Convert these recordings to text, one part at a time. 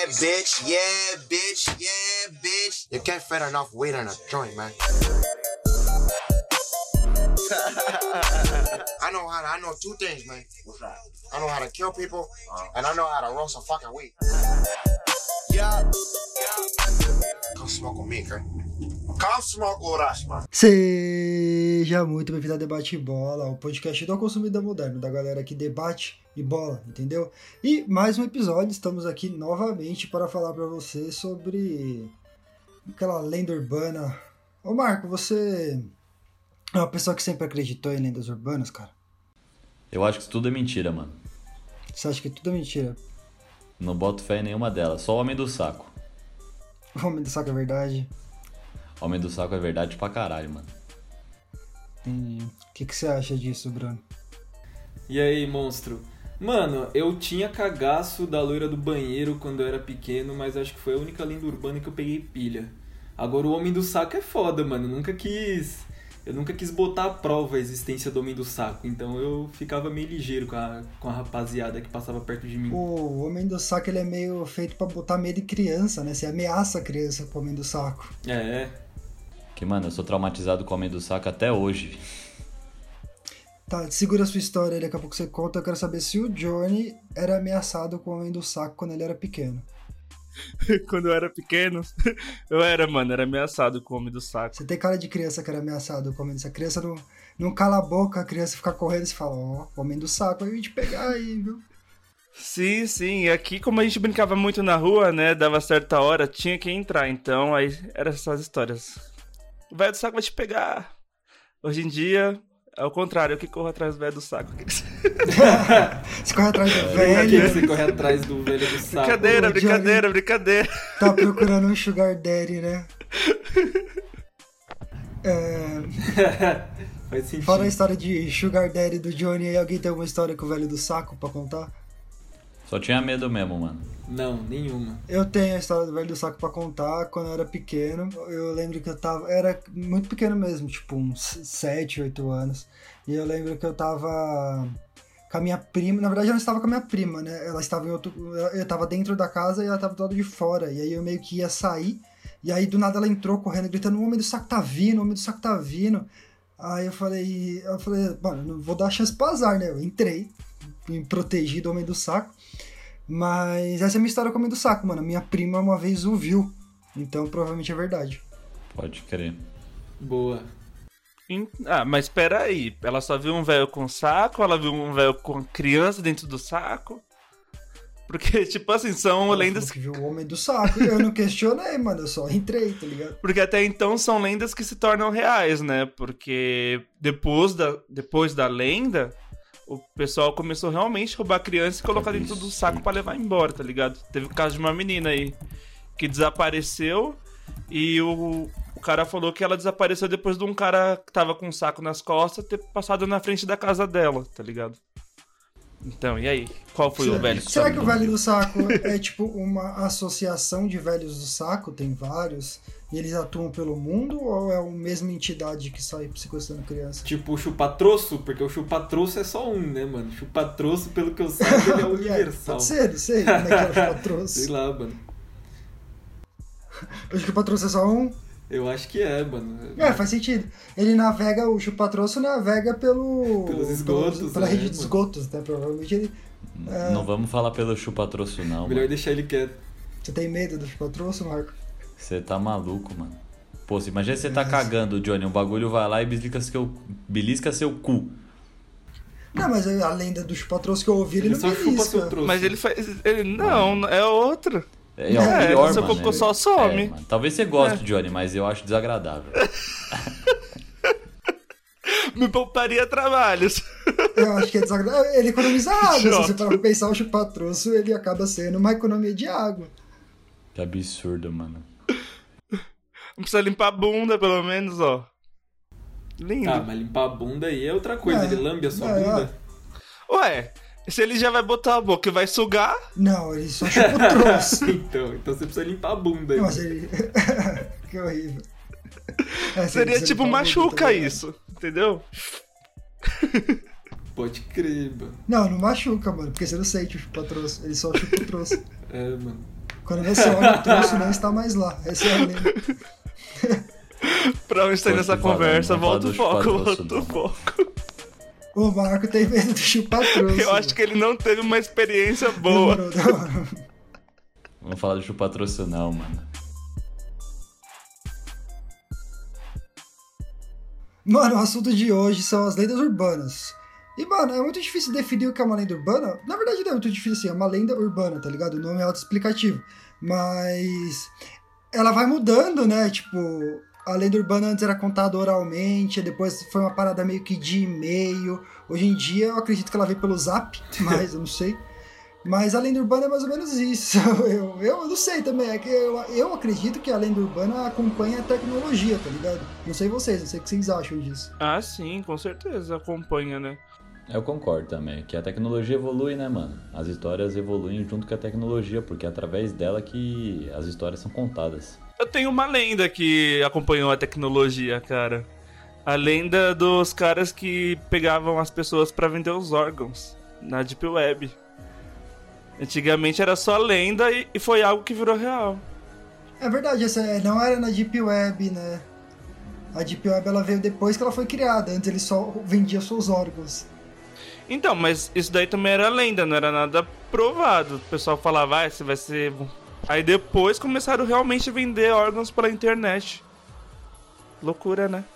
yeah, bitch. You can't fit enough weight on a joint, man. I know two things, man. What's that? I know how to kill people, and I know how to roast a fucking weed. Yeah. Come smoke with me, okay? Come smoke with us, man. Seja muito bem-vindo a Debate e Bola, o podcast do consumidor moderno, da galera que debate e bola, entendeu? E mais um episódio, estamos aqui novamente para falar para você sobre aquela lenda urbana. Ô Marco, você é uma pessoa que sempre acreditou em lendas urbanas, cara? Eu acho que isso tudo é mentira, mano. Você acha que tudo é mentira? Não boto fé em nenhuma delas, só o Homem do Saco. O Homem do Saco é verdade? Homem do Saco é verdade pra caralho, mano. Entendi. O que você acha disso, Bruno? E aí, monstro? Mano, eu tinha cagaço da loira do banheiro quando eu era pequeno, mas acho que foi a única lenda urbana que eu peguei pilha. Agora o Homem do Saco é foda, mano. Eu nunca quis botar à prova a existência do Homem do Saco, então eu ficava meio ligeiro com a rapaziada que passava perto de mim. O Homem do Saco, ele é meio feito pra botar medo em criança, né? Você ameaça a criança com o Homem do Saco. É. Que, mano, eu sou traumatizado com o Homem do Saco até hoje. Tá, segura a sua história aí, daqui a pouco você conta. Eu quero saber se o Johnny era ameaçado com o Homem do Saco quando ele era pequeno. Quando eu era pequeno, era ameaçado com o Homem do Saco. Você tem cara de criança que era ameaçado com o Homem do Saco. A criança não cala a boca, a criança fica correndo e você fala, ó, o Homem do Saco vai vir te pegar aí, viu? Sim, e aqui como a gente brincava muito na rua, né, dava certa hora, tinha que entrar, então aí eram essas histórias. O velho do saco vai te pegar. Hoje em dia, é o contrário, eu que corro atrás do velho do saco. Você corre atrás do velho. Você corre atrás do velho do saco. Brincadeira. Tá procurando um sugar daddy, né? Faz sentido. Fora a história de sugar daddy do Johnny aí, alguém tem alguma história com o velho do saco pra contar? Só tinha medo mesmo, mano. Não, nenhuma. Eu tenho a história do velho do saco pra contar. Quando eu era pequeno, eu lembro que era muito pequeno mesmo, tipo uns 7, 8 anos. E eu lembro que eu tava com a minha prima. Na verdade, eu não estava com a minha prima, né? Ela estava eu tava dentro da casa e ela tava do lado de fora. E aí eu meio que ia sair. E aí do nada ela entrou correndo, gritando: o Homem do Saco tá vindo, o Homem do Saco tá vindo. Aí eu falei, mano, não vou dar chance pro azar, né? Eu entrei, me protegi do Homem do Saco. Mas essa é a minha história com o Homem do Saco, mano. Minha prima uma vez o viu. Então provavelmente é verdade. Pode crer. Boa. Mas espera aí. Ela só viu um velho com saco? Ela viu um velho com criança dentro do saco? Porque, tipo assim, são lendas que viu o Homem do Saco. Eu não questionei, mano. Eu só entrei, tá ligado? Porque até então são lendas que se tornam reais, né? Porque depois da lenda, o pessoal começou realmente a roubar criança e colocar dentro do saco pra levar embora, tá ligado? Teve o caso de uma menina aí que desapareceu e o cara falou que ela desapareceu depois de um cara que tava com um saco nas costas ter passado na frente da casa dela, tá ligado? Então, e aí? Qual foi o velho que Será que o velho do saco é tipo uma associação de velhos do saco? Tem vários? E eles atuam pelo mundo? Ou é a mesma entidade que sai sequestrando criança? Tipo o chupa-troço? Porque o chupa-troço é só um, né, mano? Chupa-troço, pelo que eu saiba, ele é universal. Pode ser, não sei como é que é o chupa-troço. Sei lá, mano. O chupa-troço é só um? Eu acho que é, mano. Faz sentido. Ele navega, o chupa-troço navega pelos esgotos. Pela rede de esgotos, né? Provavelmente ele... Não vamos falar pelo chupa-troço, não. Melhor mano. deixar ele quieto. Você tem medo do chupa-troço, Marco? Você tá maluco, mano. Pô, imagina você tá cagando, Johnny. Um bagulho vai lá e belisca seu cu. Não, mas a lenda do chupa-troço que eu ouvi, ele não só chupa seu belisca. troço. Mas ele faz... Não, é outro. É o pior, seu mano. cocô só some. Mano. Talvez você goste, Johnny, mas eu acho desagradável. Me pouparia trabalhos. Eu acho que é desagradável. Ele economiza água. Se Choto. você parar pra pensar, o chupa-troço, ele acaba sendo uma economia de água. Que absurdo, mano. Não precisa limpar a bunda, pelo menos, ó. Lindo. Mas limpar a bunda aí é outra coisa. Ele lambe a sua bunda. Ué, se ele já vai botar a boca e vai sugar... Não, ele só chupa o troço. Então você precisa limpar a bunda aí. Mas ele... Que horrível. Seria tipo machuca isso, entendeu? Pode crer, mano. Não machuca, mano, porque você não sente o chupa-troço. Ele só chupa o troço. É, mano. Quando você olha o troço, não está mais lá. Essa é a lenda. Pra onde está indo essa conversa? Volta o foco, volta o não. foco. O Marco tem medo de chupar troço. Eu acho que ele não teve uma experiência boa. Demorou. Vamos falar de chupar troço não, mano. Mano, o assunto de hoje são as lendas urbanas. E, mano, é muito difícil definir o que é uma lenda urbana. Na verdade, não é muito difícil assim, é uma lenda urbana, tá ligado? O nome é autoexplicativo. Mas ela vai mudando, né? Tipo, a lenda urbana antes era contada oralmente, depois foi uma parada meio que de e-mail. Hoje em dia, eu acredito que ela veio pelo Zap, mas eu não sei. Mas a lenda urbana é mais ou menos isso. Eu não sei também. É que eu acredito que a lenda urbana acompanha a tecnologia, tá ligado? Não sei vocês, não sei o que vocês acham disso. Ah, sim, com certeza acompanha, né? Eu concordo também, que a tecnologia evolui, né, mano? As histórias evoluem junto com a tecnologia, porque é através dela que as histórias são contadas. Eu tenho uma lenda que acompanhou a tecnologia, cara. A lenda dos caras que pegavam as pessoas pra vender os órgãos na Deep Web. Antigamente era só lenda e foi algo que virou real. É verdade, essa não era na Deep Web, né? A Deep Web ela veio depois que ela foi criada, antes ele só vendia seus órgãos. Então, mas isso daí também era lenda, não era nada provado. O pessoal falava, você vai ser... Aí depois começaram realmente a vender órgãos pela internet. Loucura, né?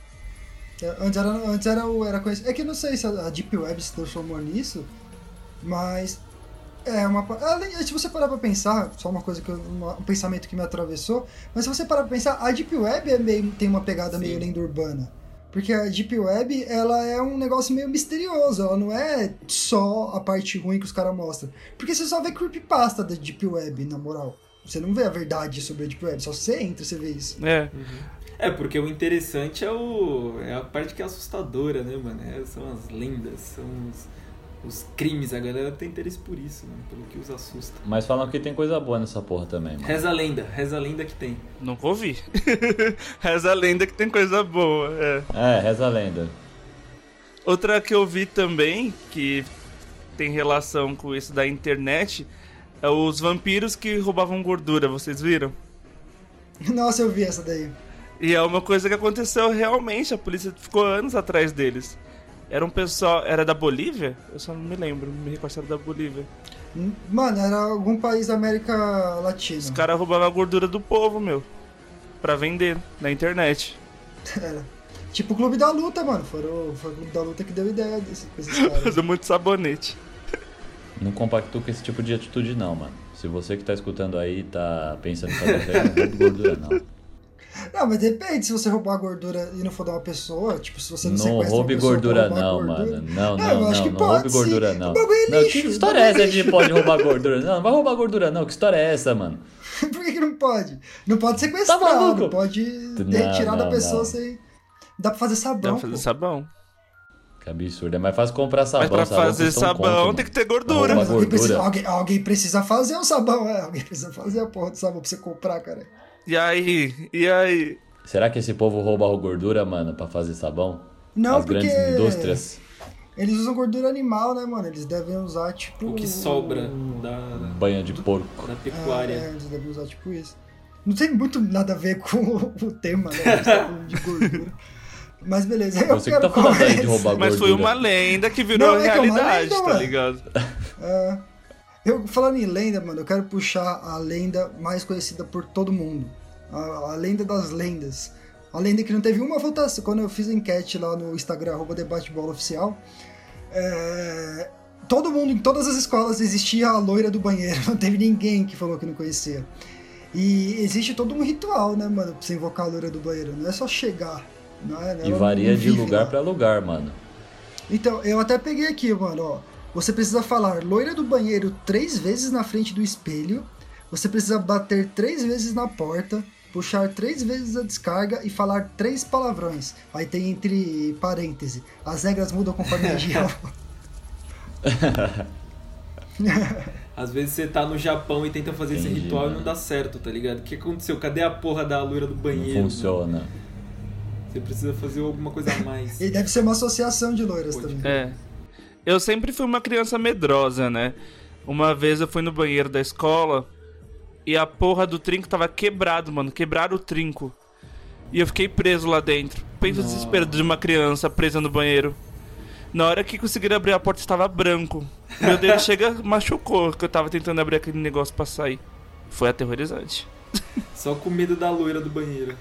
Antes era coisa... É que eu não sei se a Deep Web se transformou nisso, mas... se você parar pra pensar, só uma coisa um pensamento que me atravessou, mas se você parar pra pensar, a Deep Web tem uma pegada meio lenda urbana. Porque a Deep Web, ela é um negócio meio misterioso, ela não é só a parte ruim que os caras mostram. Porque você só vê creepypasta da Deep Web, na moral. Você não vê a verdade sobre a Deep Web, só você entra e você vê isso. É. É, porque o interessante é a parte que é assustadora, né, mano? São as lendas, são os crimes, a galera tem interesse por isso, mano, pelo que os assusta. Mas falam que tem coisa boa nessa porra também, mano. Reza a lenda que tem. Nunca ouvi. Reza a lenda que tem coisa boa, Reza a lenda. Outra que eu vi também, que tem relação com isso da internet, é os vampiros que roubavam gordura, vocês viram? Nossa, eu vi essa daí. E é uma coisa que aconteceu realmente, a polícia ficou anos atrás deles. Era um pessoal... Era da Bolívia? Eu só não me lembro, não me recordo se era da Bolívia. Mano, era algum país da América Latina. Os caras roubavam a gordura do povo, meu. Pra vender na internet. Era. Tipo o Clube da Luta, mano. Foi o Clube da Luta que deu ideia desses caras. Fazendo muito sabonete. Não compacto com esse tipo de atitude não, mano. Se você que tá escutando aí tá pensando em fazer isso aí, não rouba gordura não. Não, mas depende, se você roubar a gordura e não for dar uma pessoa, tipo, se você não sequestra roube uma pessoa gordura pra roubar não, gordura... mano. Não sim. roube gordura não. O bagulho é lixo, que história é essa de pode roubar gordura? Não vai roubar gordura não, que história é essa, mano? Por que não pode? Não pode sequestrar, Tá maluco? não pode retirar da pessoa sem... Dá pra fazer sabão, Dá pra fazer sabão. Que absurdo, é mais fácil comprar sabão. Mas pra fazer sabão tem que ter gordura. Mas Alguém precisa fazer o sabão, Alguém precisa fazer a porra do sabão pra você comprar, cara. E aí? Será que esse povo rouba a gordura, mano, pra fazer sabão? Não, as porque grandes indústrias? Eles usam gordura animal, né, mano? Eles devem usar, tipo... O que sobra da banha de porco. da pecuária. Eles devem usar, tipo, isso. Não tem muito nada a ver com o tema, né? Eles tá falando de gordura. Mas beleza, eu Você que tá falando aí de roubar gordura. Mas foi uma lenda que virou realidade, lenda, tá ligado? Falando em lenda, mano, eu quero puxar a lenda mais conhecida por todo mundo. A lenda das lendas. A lenda que não teve uma votação. Quando eu fiz a enquete lá no Instagram, @debatebola_oficial, todo mundo, em todas as escolas, existia a loira do banheiro. Não teve ninguém que falou que não conhecia. E existe todo um ritual, né, mano, pra você invocar a loira do banheiro. Não é só chegar. E varia de lugar pra lugar, mano. Então, eu até peguei aqui, mano, ó. Você precisa falar loira do banheiro 3 vezes na frente do espelho. Você precisa bater 3 vezes na porta, puxar 3 vezes a descarga e falar 3 palavrões. Aí tem entre parênteses. As regras mudam conforme a região. Às vezes você tá no Japão e tenta fazer esse ritual, mano, e não dá certo, tá ligado? O que aconteceu? Cadê a porra da loira do banheiro? Não funciona. Mano? Você precisa fazer alguma coisa a mais. E deve ser uma associação de loiras também. Eu sempre fui uma criança medrosa, né? Uma vez eu fui no banheiro da escola e a porra do trinco tava quebrado, mano. Quebraram o trinco. E eu fiquei preso lá dentro. Pensa o desespero de uma criança presa no banheiro. Na hora que conseguiram abrir a porta, estava branco. Meu dedo machucou, que eu tava tentando abrir aquele negócio pra sair. Foi aterrorizante. Só com medo da loira do banheiro.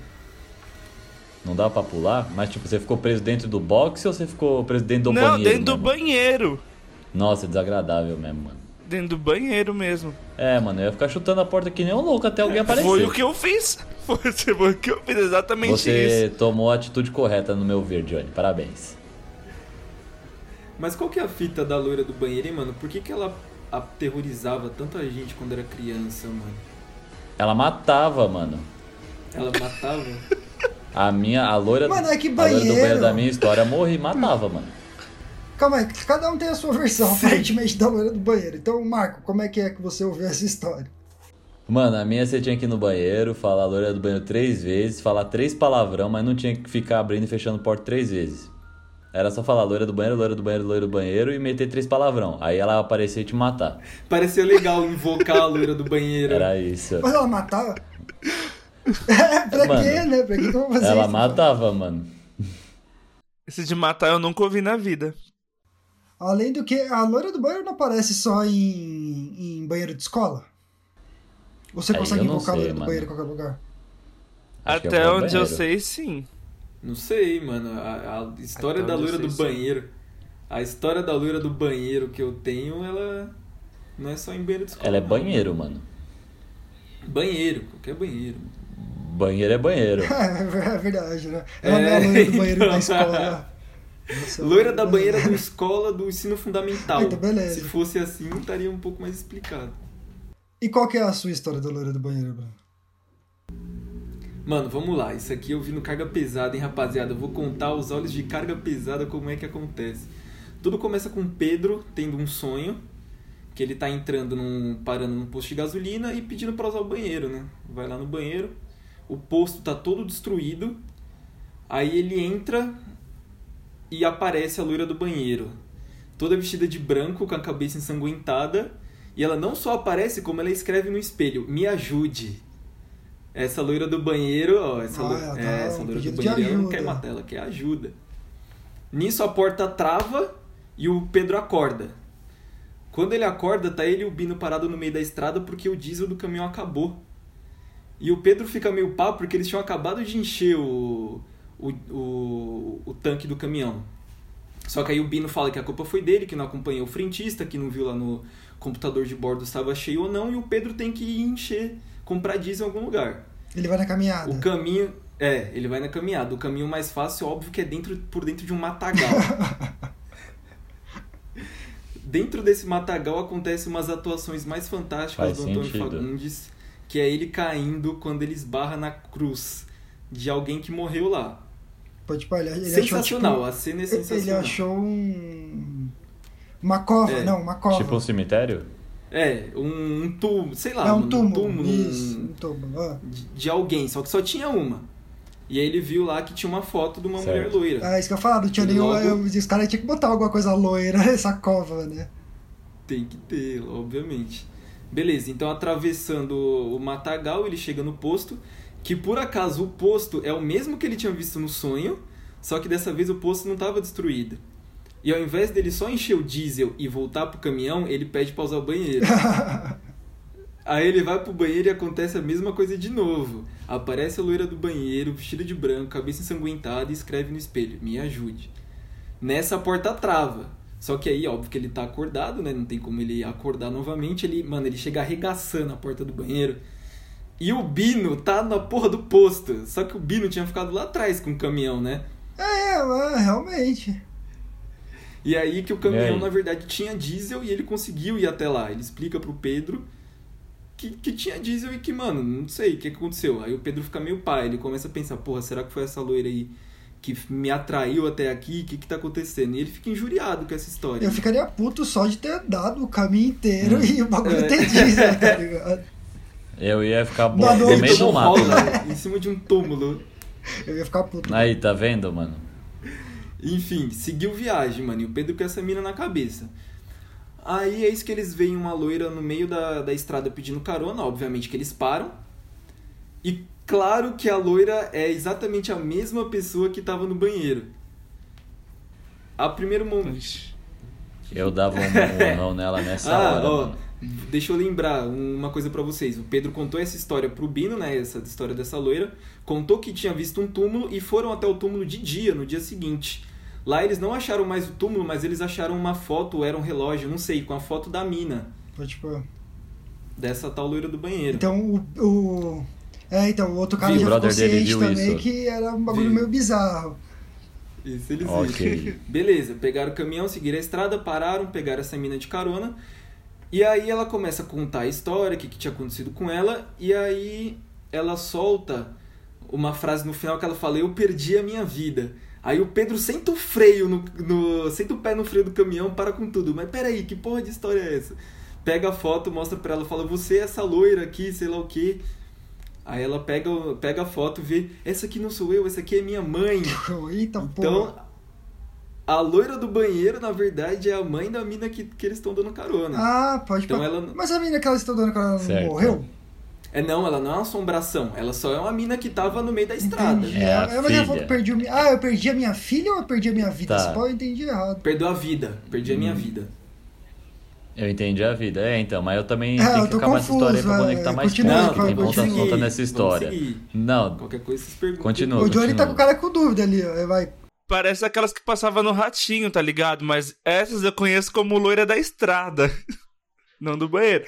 Não dá pra pular? Mas tipo, você ficou preso dentro do boxe ou você ficou preso dentro do Não, banheiro? Não, dentro do mesmo? Banheiro. Nossa, é desagradável mesmo, mano. Dentro do banheiro mesmo. É, mano, eu ia ficar chutando a porta que nem um louco até alguém aparecer. Foi o que eu fiz. Foi o que eu fiz, exatamente isso. Você tomou a atitude correta, no meu ver, Johnny. Parabéns. Mas qual que é a fita da loira do banheiro, hein, mano? Por que ela aterrorizava tanta gente quando era criança, mano? Ela matava, mano. Ela matava? A loira, Mano, é que a loira do banheiro banheiro da minha história morri e matava, mano. Calma aí, cada um tem a sua versão, aparentemente, da loira do banheiro. Então, Marco, como é que você ouviu essa história? Mano, a minha você tinha que ir no banheiro, falar a loira do banheiro 3 vezes, falar 3 palavrão, mas não tinha que ficar abrindo e fechando porta 3 vezes. Era só falar loira do banheiro, loira do banheiro, loira do banheiro e meter 3 palavrão. Aí ela aparecia e te matar. Parecia legal invocar a loira do banheiro. Era isso. Mas ela matava? Pra Mano, quê, né? Pra que eu vou fazer ela isso? matava, mano. Esse de matar eu nunca ouvi na vida. Além do que, a loira do banheiro não aparece só em banheiro de escola? Ou você Aí consegue eu não invocar a sei, loira do mano. banheiro em qualquer lugar? Acho que é Até o onde eu banheiro. sei, sim. Não sei, mano. A história Até da onde eu loira do sei, sim. banheiro. A história da loira do banheiro que eu tenho, ela não é só em banheiro de escola. Ela é não. banheiro, mano. Banheiro, qualquer banheiro. Banheiro é banheiro. É verdade, né? Ela não é a loira do banheiro da então. escola. Nossa, Loira da banheira da escola do ensino fundamental. Então, beleza. Se fosse assim, estaria um pouco mais explicado. E qual que é a sua história da loira do banheiro, Bruno? Mano, vamos lá. Isso aqui eu vi no Carga Pesada, hein, rapaziada. Eu vou contar aos olhos de Carga Pesada como é que acontece. Tudo começa com o Pedro tendo um sonho, que ele tá parando num posto de gasolina e pedindo pra usar o banheiro, né? Vai lá no banheiro, o posto tá todo destruído, aí ele entra e aparece a loira do banheiro, toda vestida de branco, com a cabeça ensanguentada, e ela não só aparece, como ela escreve no espelho: me ajude. Essa loira do banheiro, ó, essa loira do pedido de banheiro, ela não ajuda. quer matar, ela quer ajuda. Nisso a porta trava e o Pedro acorda. Quando ele acorda, tá ele e o Bino parado no meio da estrada porque o diesel do caminhão acabou. E o Pedro fica meio pá porque eles tinham acabado de encher o tanque do caminhão. Só que aí o Bino fala que a culpa foi dele, que não acompanhou o frentista, que não viu lá no computador de bordo se estava cheio ou não, e o Pedro tem que ir encher, comprar diesel em algum lugar. Ele vai na caminhada. O caminho... ele vai na caminhada. O caminho mais fácil, óbvio, que é por dentro de um matagal. Dentro desse matagal acontecem umas atuações mais fantásticas Faz do Antônio sentido. Fagundes, que é ele caindo quando ele esbarra na cruz de alguém que morreu lá. Pode palhar. Ele Sensacional, achou, a cena é ele sensacional. achou uma cova, não, uma cova. Tipo um cemitério? Um túmulo, sei lá, É um mano, túmulo, isso, um túmulo. Ah. de alguém, só que só tinha uma. E aí ele viu lá que tinha uma foto de uma Certo. mulher loira. Ah, isso que eu falava, não tinha nenhum. Logo- Os caras tinham que botar alguma coisa loira nessa cova, né? Tem que ter, obviamente. Beleza, então atravessando o matagal, ele chega no posto, que por acaso o posto é o mesmo que ele tinha visto no sonho, só que dessa vez o posto não estava destruído. E ao invés dele só encher o diesel e voltar pro caminhão, ele pede pra usar o banheiro. Aí ele vai pro banheiro e acontece a mesma coisa de novo. Aparece a loira do banheiro, vestida de branco, cabeça ensanguentada e escreve no espelho: me ajude. Nessa a porta trava. Só que aí, óbvio que ele tá acordado, né? Não tem como ele acordar novamente. Ele chega arregaçando a porta do banheiro. E o Bino tá na porra do posto. Só que o Bino tinha ficado lá atrás com o caminhão, né? Realmente. E aí que o E caminhão, aí? na verdade, tinha diesel e ele conseguiu ir até lá. Ele explica pro Pedro que tinha diesel e que, mano, não sei o que aconteceu. Aí o Pedro fica meio pá, ele começa a pensar: porra, será que foi essa loira aí que me atraiu até aqui? O que tá acontecendo? E ele fica injuriado com essa história. Eu ficaria puto só de ter dado o caminho inteiro e o bagulho ter diesel, tá ligado? Eu ia ficar Não, não, no meio Todo do mato. rola Né? em cima de um túmulo. Eu ia ficar puto. Aí, tá vendo, mano? Enfim, seguiu viagem, mano. E o Pedro com essa mina na cabeça. Aí é isso que eles veem uma loira no meio da estrada pedindo carona, obviamente que eles param. E claro que a loira é exatamente a mesma pessoa que tava no banheiro. A primeiro momento... Eu dava um não nela nessa hora. Ó, mano. deixa eu lembrar uma coisa pra vocês. O Pedro contou essa história pro Bino, né? Essa história dessa loira. Contou que tinha visto um túmulo e foram até o túmulo de dia, no dia seguinte. Lá eles não acharam mais o túmulo, mas eles acharam uma foto, era um relógio, não sei, com a foto da mina. Tipo... Dessa tal loira do banheiro. Então então o outro cara Sim, já o brother ficou dele ciente viu também isso. que era um bagulho Viu. meio bizarro. Isso eles Ok. viram. Beleza, pegaram o caminhão, seguiram a estrada, pararam, pegaram essa mina de carona. E aí ela começa a contar a história, o que tinha acontecido com ela. E aí ela solta uma frase no final que ela fala: eu perdi a minha vida. Aí o Pedro senta o freio, senta o pé no freio do caminhão, para com tudo. Mas peraí, que porra de história é essa? Pega a foto, mostra pra ela, fala: você é essa loira aqui, sei lá o quê. Aí ela pega a foto e vê: essa aqui não sou eu, essa aqui é minha mãe. Eita, porra. Então, a loira do banheiro, na verdade, é a mãe da mina que eles estão dando carona. Ah, pode Então pôr. ela- Mas a menina que ela está dando quando ela não Certo. morreu? Não, ela não é uma assombração. Ela só é uma mina que tava no meio da estrada. Entendi. É a Mas ela filha. falou que eu perdi a minha filha ou eu perdi a minha vida? Tá. Esse pau eu entendi errado. Perdeu a vida. Perdi a minha vida. Eu entendi a vida. Então, mas eu também eu tenho que tô acabar essa história aí pra confuso, conectar mais continua, pontos, vai, que tem ponta continua. solta nessa história. Vamos seguir. Não, Qualquer coisa vocês perguntam. continua. O Johnny tá continua. com o cara com dúvida ali, ó. Vai. Parece aquelas que passavam no ratinho, tá ligado? Mas essas eu conheço como loira da estrada. Não do banheiro.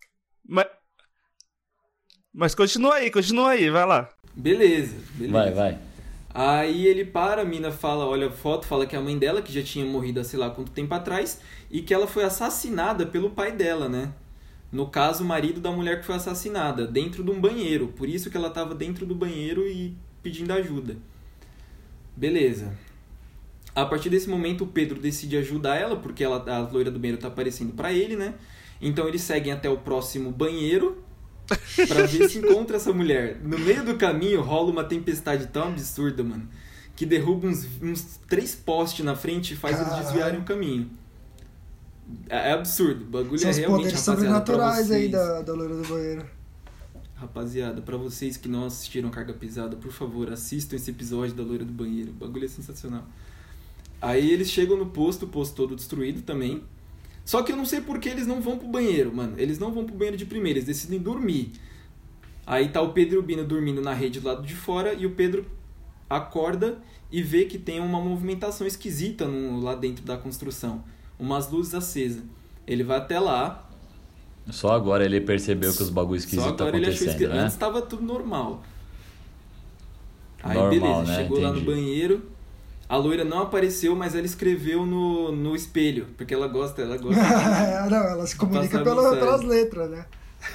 Mas continua aí, vai lá. Beleza. Vai. Aí ele para, a mina fala, olha a foto, fala que é a mãe dela, que já tinha morrido há sei lá quanto tempo atrás, e que ela foi assassinada pelo pai dela, né? No caso, o marido da mulher que foi assassinada, dentro de um banheiro. Por isso que ela estava dentro do banheiro e pedindo ajuda. Beleza. A partir desse momento, o Pedro decide ajudar ela, porque a loira do banheiro tá aparecendo pra ele, né? Então eles seguem até o próximo banheiro pra ver se encontra essa mulher. No meio do caminho rola uma tempestade tão absurda, mano, que derruba uns 3 postes na frente e faz eles Caralho. desviarem o caminho. É absurdo. O bagulho São é os realmente, poderes rapaziada, pra sobrenaturais aí vocês. da loira do banheiro. Rapaziada, pra vocês que não assistiram Carga Pesada, por favor, assistam esse episódio da loira do banheiro. O bagulho é sensacional. Aí eles chegam no posto, o posto todo destruído também. Só que eu não sei por que eles não vão pro banheiro, mano. Eles não vão pro banheiro de primeira, eles decidem dormir. Aí tá o Pedro e o Bino dormindo na rede do lado de fora e o Pedro acorda e vê que tem uma movimentação esquisita lá dentro da construção. Umas luzes acesas. Ele vai até lá. Só agora ele percebeu que os bagulhos Só esquisitos estão agora ele achou acontecendo, esquisito. né? Antes tava tudo normal. Aí Normal, beleza, né? chegou lá no Entendi. banheiro. A loira não apareceu, mas ela escreveu no espelho. Porque ela gosta Não, ela se comunica passar mensagem. pelas letras, né?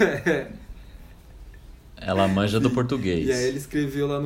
Ela manja do português. E aí ele escreveu lá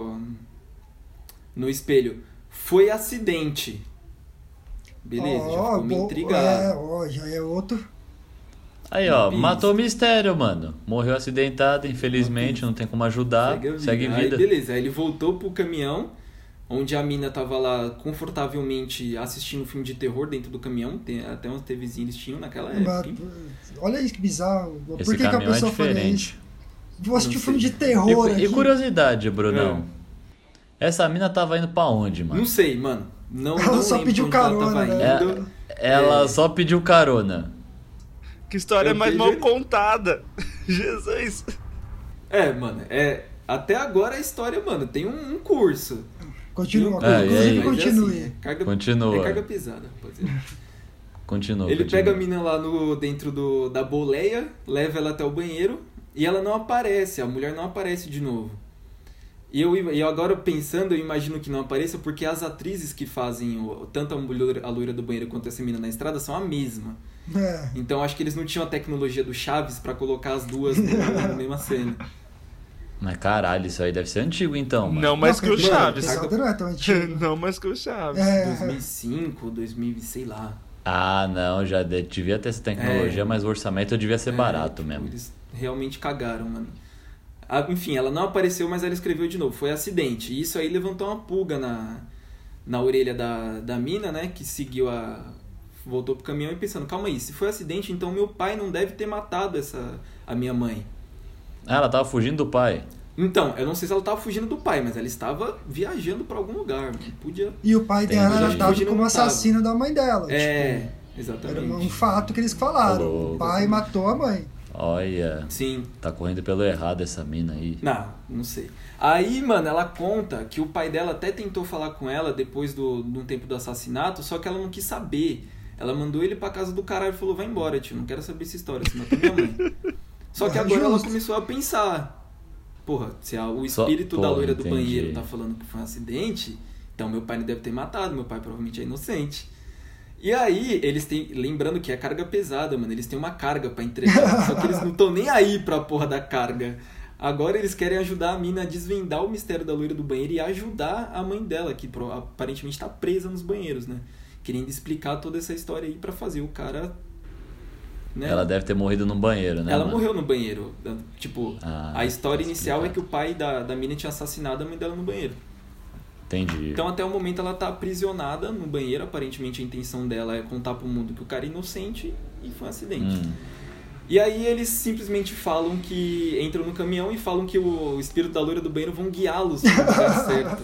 no espelho: foi acidente. Beleza, já ficou meio intrigado. Já é outro. Aí, ó, Pista. matou o mistério, mano. Morreu acidentado, infelizmente, não tem como ajudar. Segue vida. Aí beleza, aí ele voltou pro caminhão, onde a mina tava lá confortavelmente assistindo um filme de terror dentro do caminhão. Tem até umas TVzinhas eles tinham naquela época. hein? Olha isso que bizarro. Por Esse que a caminhão é pessoa faria diferente. isso? Vou assistir Não um filme sei. de terror E aqui. curiosidade, Brunão. Essa mina tava indo pra onde, mano? Não sei, mano. Não, Ela não só lembro pediu onde ela carona, tava né? indo. Ela só pediu carona. Que história Eu mais entendi. mal contada. Jesus. Mano, até agora a história, mano, tem um curso. Continua, É, e aí? inclusive Mas continue. assim, carga, Continua. É carga pesada, rapaziada. Continua. Ele continua. pega a mina lá dentro da boleia, leva ela até o banheiro e ela não aparece, a mulher não aparece de novo. E eu agora pensando, eu imagino que não apareça porque as atrizes que fazem tanto a loira do banheiro quanto essa mina na estrada são a mesma. É. Então acho que eles não tinham a tecnologia do Chaves pra colocar as duas na mesma cena. Mas caralho, isso aí deve ser antigo então, mano. Não mais que o Mano, Chaves. Pesado não é tão antigo. Não mais que o Chaves. É. 2005, 2000, sei lá. Ah, não, já devia ter essa tecnologia, mas o orçamento devia ser barato mesmo. Eles realmente cagaram, mano. Enfim, ela não apareceu, mas ela escreveu de novo. Foi acidente. E isso aí levantou uma pulga na orelha da mina, né? Que seguiu voltou pro caminhão e pensando, calma aí, se foi acidente, então meu pai não deve ter matado a minha mãe. Ah, ela tava fugindo do pai. Então, eu não sei se ela tava fugindo do pai, mas ela estava viajando pra algum lugar. Não podia... E o pai dela era dado fugindo como não tava. assassino da mãe dela. É, Tipo, exatamente. era um fato que eles falaram. Louco. O pai matou a mãe. Olha, Sim. tá correndo pelo errado essa mina aí. Não sei. Aí, mano, ela conta que o pai dela até tentou falar com ela depois de um tempo do assassinato, só que ela não quis saber. Ela mandou ele pra casa do caralho e falou, vai embora, tio, não quero saber essa história, você matou minha mãe. Só que agora ela começou a pensar, porra, se o espírito da loira do banheiro tá falando que foi um acidente, então meu pai não deve ter matado, meu pai provavelmente é inocente. E aí, eles têm, lembrando que é carga pesada, mano, eles têm uma carga pra entregar, só que eles não estão nem aí pra porra da carga. Agora eles querem ajudar a mina a desvendar o mistério da loira do banheiro e ajudar a mãe dela, que aparentemente tá presa nos banheiros, né? Querendo explicar toda essa história aí pra fazer o cara... Né? Ela deve ter morrido no banheiro, né? Ela mano? morreu no banheiro. Tipo, a história inicial é que o pai da mina tinha assassinado a mãe dela no banheiro. Entendi. Então até o momento ela tá aprisionada no banheiro. Aparentemente a intenção dela é contar pro mundo que o cara é inocente e foi um acidente. E aí eles simplesmente falam que... Entram no caminhão e falam que o espírito da loira do banheiro vão guiá-los no lugar certo.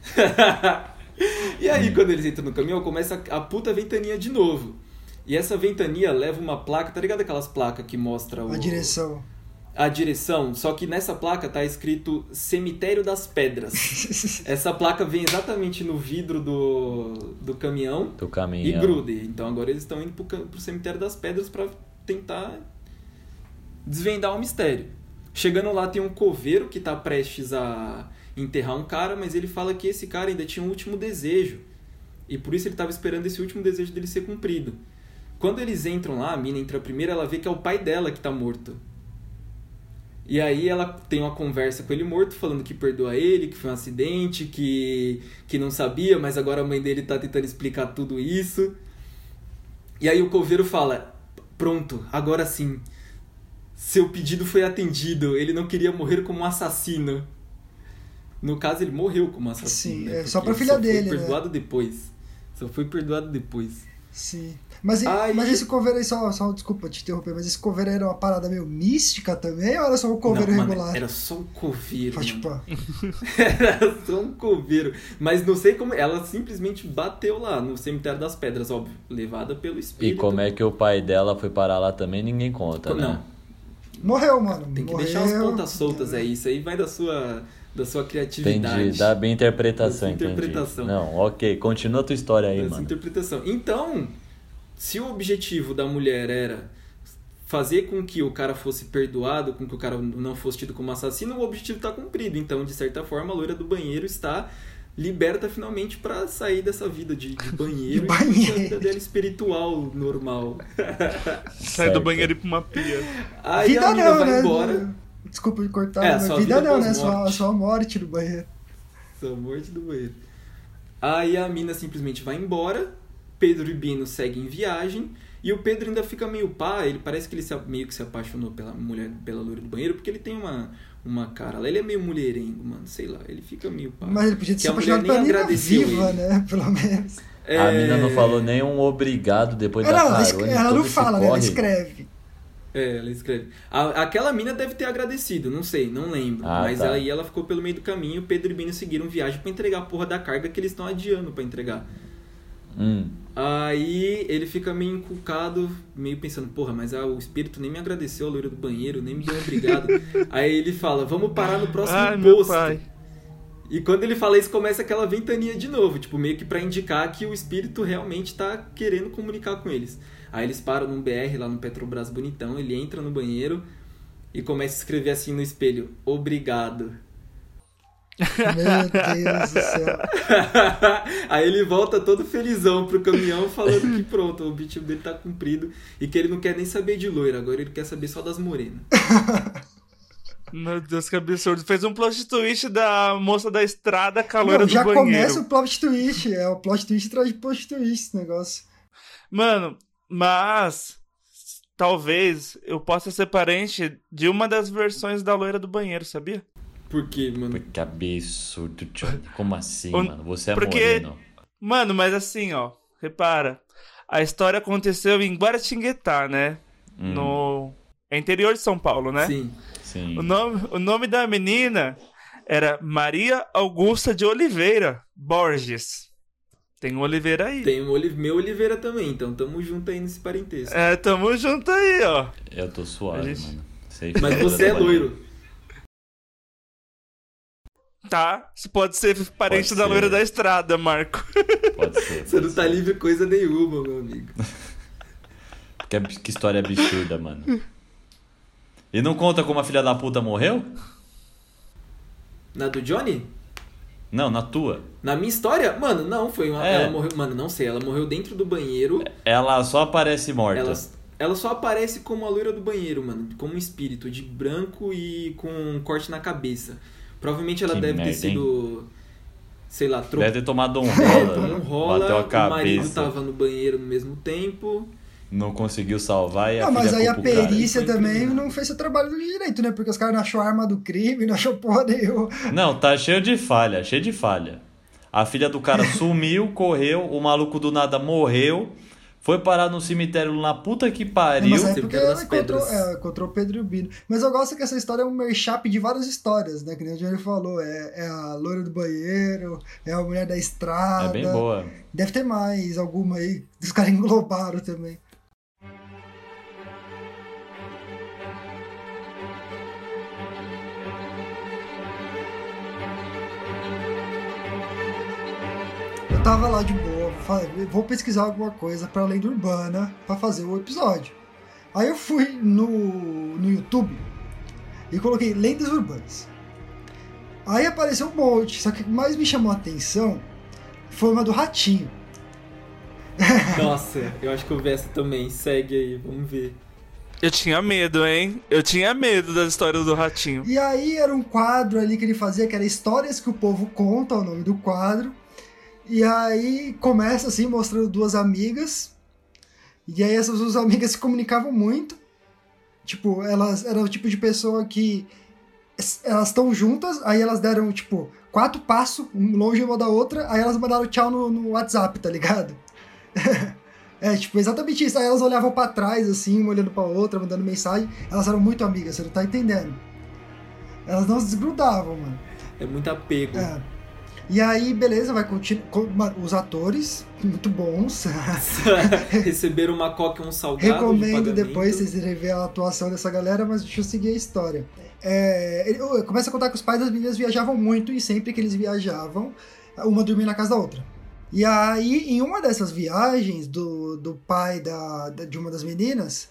E aí quando eles entram no caminhão começa a puta ventania de novo. E essa ventania leva uma placa, tá ligado aquelas placas que mostra A direção. A direção, só que nessa placa tá escrito Cemitério das Pedras. Essa placa vem exatamente no vidro do caminhão, e grude. Então agora eles estão indo pro Cemitério das Pedras pra tentar desvendar o mistério. Chegando lá tem um coveiro que tá prestes a enterrar um cara, mas ele fala que esse cara ainda tinha um último desejo. E por isso ele tava esperando esse último desejo dele ser cumprido. Quando eles entram lá, a mina entra primeiro, ela vê que é o pai dela que tá morto. E aí ela tem uma conversa com ele morto, falando que perdoa ele, que foi um acidente, que não sabia, mas agora a mãe dele tá tentando explicar tudo isso. E aí o coveiro fala, pronto, agora sim, seu pedido foi atendido, ele não queria morrer como um assassino. No caso, ele morreu como assassino. Sim, né? só pra filha dele, foi perdoado depois. Só foi perdoado depois. Sim. Mas esse coveiro aí, só desculpa te interromper, mas esse coveiro era uma parada meio mística também ou era só um coveiro regular? Mano, era só um coveiro. Tipo... Era só um coveiro. Mas não sei como. Ela simplesmente bateu lá no Cemitério das Pedras, óbvio. Levada pelo espírito. E como é que o pai dela foi parar lá também, ninguém conta, né? Não. Morreu, mano. Tem que deixar as pontas soltas aí. Isso aí vai da sua criatividade. Entendi, dá bem interpretação, entendi. Interpretação. Não, ok, continua a tua história aí, Dessa mano. interpretação. Então, se o objetivo da mulher era fazer com que o cara fosse perdoado, com que o cara não fosse tido como assassino, o objetivo está cumprido. Então, de certa forma, a loira do banheiro está liberta finalmente para sair dessa vida de banheiro, e a vida dela espiritual normal. Sai do banheiro e ir pra uma pia. Aí vida a mina não, vai né? embora. Desculpa me cortar, É, mas só vida vida não, né? pós-morte. Só a morte do banheiro. Só a morte do banheiro. Aí a mina simplesmente vai embora, Pedro e Bino seguem em viagem, e o Pedro ainda fica meio pá, ele parece que ele meio que se apaixonou pela mulher, pela loira do banheiro, porque ele tem uma cara lá, ele é meio mulherengo, mano, sei lá, ele fica meio pá. Mas ele podia ter se a mulher apaixonado nem pela mina agradeceu viva, ele. né? Pelo menos. A mina não falou nem um obrigado depois da carona. Ela não todo esse fala, né? Ela corre. escreve. Ela escreve. Aquela mina deve ter agradecido, não sei, não lembro. Mas tá. aí ela ficou pelo meio do caminho, o Pedro e Bino seguiram viagem pra entregar a porra da carga que eles estão adiando pra entregar. Aí ele fica meio encucado, meio pensando, porra, mas o espírito nem me agradeceu, a loira do banheiro, nem me deu um obrigado. Aí ele fala, vamos parar no próximo posto. Pai. E quando ele fala isso, começa aquela ventania de novo, tipo, meio que pra indicar que o espírito realmente tá querendo comunicar com eles. Aí eles param num BR lá no Petrobras bonitão, ele entra no banheiro e começa a escrever assim no espelho, obrigado. Meu Deus do céu. Aí ele volta todo felizão pro caminhão falando que pronto, o objetivo dele tá cumprido e que ele não quer nem saber de loira, agora ele quer saber só das morenas. Meu Deus, que absurdo. Fez um plot twist da moça da estrada com a loira do Já banheiro. começa o plot twist. É o plot twist atrás de plot twist esse negócio. Mano, mas talvez eu possa ser parente de uma das versões da loira do banheiro, sabia? Por quê, mano? Que absurdo, tio. Como assim, mano? Você é Porque, moreno. mano, mas assim, ó, repara. A história aconteceu em Guaratinguetá, né? No interior de São Paulo, né? Sim. O nome da menina era Maria Augusta de Oliveira Borges. Tem um Oliveira aí. Tem meu Oliveira também, então tamo junto aí nesse parentesco. Tamo junto aí, ó. Eu tô suave, mano. Mas você é loiro. Tá, você pode ser parente da loira da estrada, Marco. Pode ser. Você não tá livre coisa nenhuma, meu amigo. Que história absurda, mano. E não conta como a filha da puta morreu? Na do Johnny? Não, na tua. Na minha história? Mano, não, foi uma... Ela morreu... Mano, não sei, ela morreu dentro do banheiro. Ela só aparece morta. Ela só aparece como a loira do banheiro, mano. Como um espírito, de branco e com um corte na cabeça. Provavelmente ela deve ter sido... Sei lá, deve ter tomado um rola. Um rola, bateu a cabeça. O marido tava no banheiro no mesmo tempo. Não conseguiu salvar e a filha mas aí a perícia também não fez seu trabalho do direito, né? Porque os caras não achou a arma do crime, não achou porra nenhuma. Não, tá cheio de falha. A filha do cara sumiu, correu, o maluco do nada morreu, foi parar no cemitério na puta que pariu. Mas é porque ela encontrou o Pedro e o Bino. Mas eu gosto que essa história é um mashup de várias histórias, né? Que nem o Johnny falou. É a loira do banheiro, é a mulher da estrada. É bem boa. Deve ter mais alguma aí que os caras englobaram também. Eu tava lá de boa, vou pesquisar alguma coisa pra lenda urbana pra fazer o episódio. Aí eu fui no YouTube e coloquei lendas urbanas. Aí apareceu um monte, só que o que mais me chamou a atenção foi uma do Ratinho. Nossa, eu acho que eu vi essa também. Segue aí, vamos ver. Eu tinha medo, hein? Eu tinha medo das histórias do Ratinho. E aí era um quadro ali que ele fazia, que era Histórias que o Povo Conta, o nome do quadro. E aí começa assim, mostrando duas amigas. E aí essas duas amigas se comunicavam muito. Tipo, elas eram o tipo de pessoa que... Elas estão juntas, aí elas deram, tipo, 4 passos, um longe uma da outra. Aí elas mandaram tchau no WhatsApp, tá ligado? Tipo, exatamente isso. Aí elas olhavam pra trás, assim, uma olhando pra outra, mandando mensagem. Elas eram muito amigas, você não tá entendendo. Elas não se desgrudavam, mano. É muito apego. E aí, beleza, vai continuar. Os atores, muito bons. Receberam uma coca e um salgado. Recomendo depois vocês irem ver a atuação dessa galera, mas deixa eu seguir a história. Ele começa a contar que os pais das meninas viajavam muito e sempre que eles viajavam, uma dormia na casa da outra. E aí, em uma dessas viagens do pai de uma das meninas,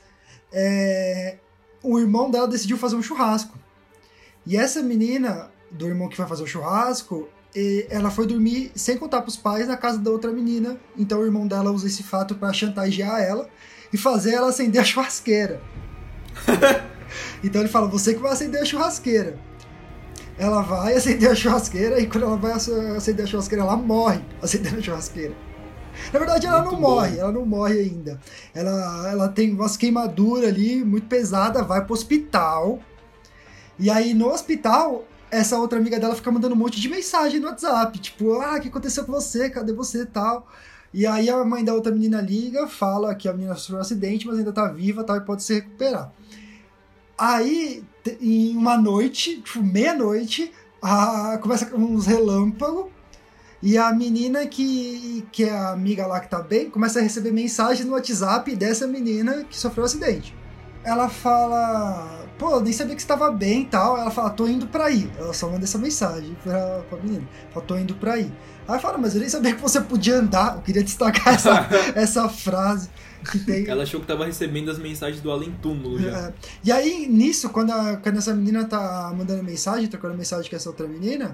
o irmão dela decidiu fazer um churrasco. E essa menina, do irmão que vai fazer o churrasco, ela foi dormir sem contar pros pais na casa da outra menina. Então o irmão dela usa esse fato pra chantagear ela e fazer ela acender a churrasqueira. Então ele fala, você que vai acender a churrasqueira. Ela vai acender a churrasqueira e quando ela vai acender a churrasqueira, ela morre acendendo a churrasqueira. Na verdade ela não morre, ela não morre ainda. Ela tem umas queimaduras ali muito pesada, vai pro hospital. E aí no hospital, essa outra amiga dela fica mandando um monte de mensagem no WhatsApp, tipo, o que aconteceu com você? Cadê você e tal? E aí a mãe da outra menina liga, fala que a menina sofreu um acidente, mas ainda tá viva, tal, e pode se recuperar. Aí, em uma noite, tipo, meia-noite, começa uns relâmpagos, e a menina que é a amiga lá que tá bem, começa a receber mensagem no WhatsApp dessa menina que sofreu um acidente. Ela fala, pô, nem sabia que você tava bem e tal. Ela fala, tô indo pra aí. Ela só manda essa mensagem pra menina. Fala, tô indo pra aí. Aí fala, mas eu nem sabia que você podia andar. Eu queria destacar essa frase que tem. Ela achou que tava recebendo as mensagens do além-túmulo já. E aí, nisso, quando essa menina tá mandando mensagem, trocando mensagem com essa outra menina,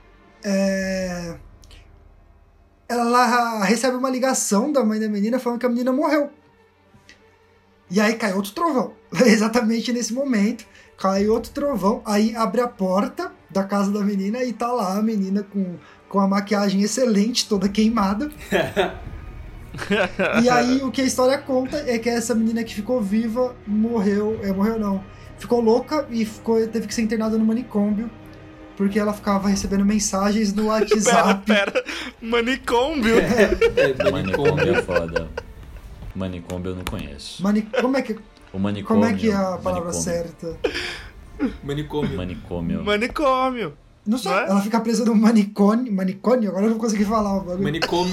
ela recebe uma ligação da mãe da menina falando que a menina morreu. E aí cai outro trovão. Exatamente nesse momento. Cai outro trovão. Aí abre a porta da casa da menina e tá lá a menina com a maquiagem excelente, toda queimada. E aí o que a história conta é que essa menina que ficou viva morreu não. Ficou louca e teve que ser internada no manicômio. Porque ela ficava recebendo mensagens no WhatsApp. Pera. Manicômio? Manicômio é foda. Manicômio eu não conheço. O manicômio. Como é que é a palavra certa? Manicômio. Manicômio. Não sei, ela fica presa no manicômio, agora eu não vou conseguir falar o bagulho.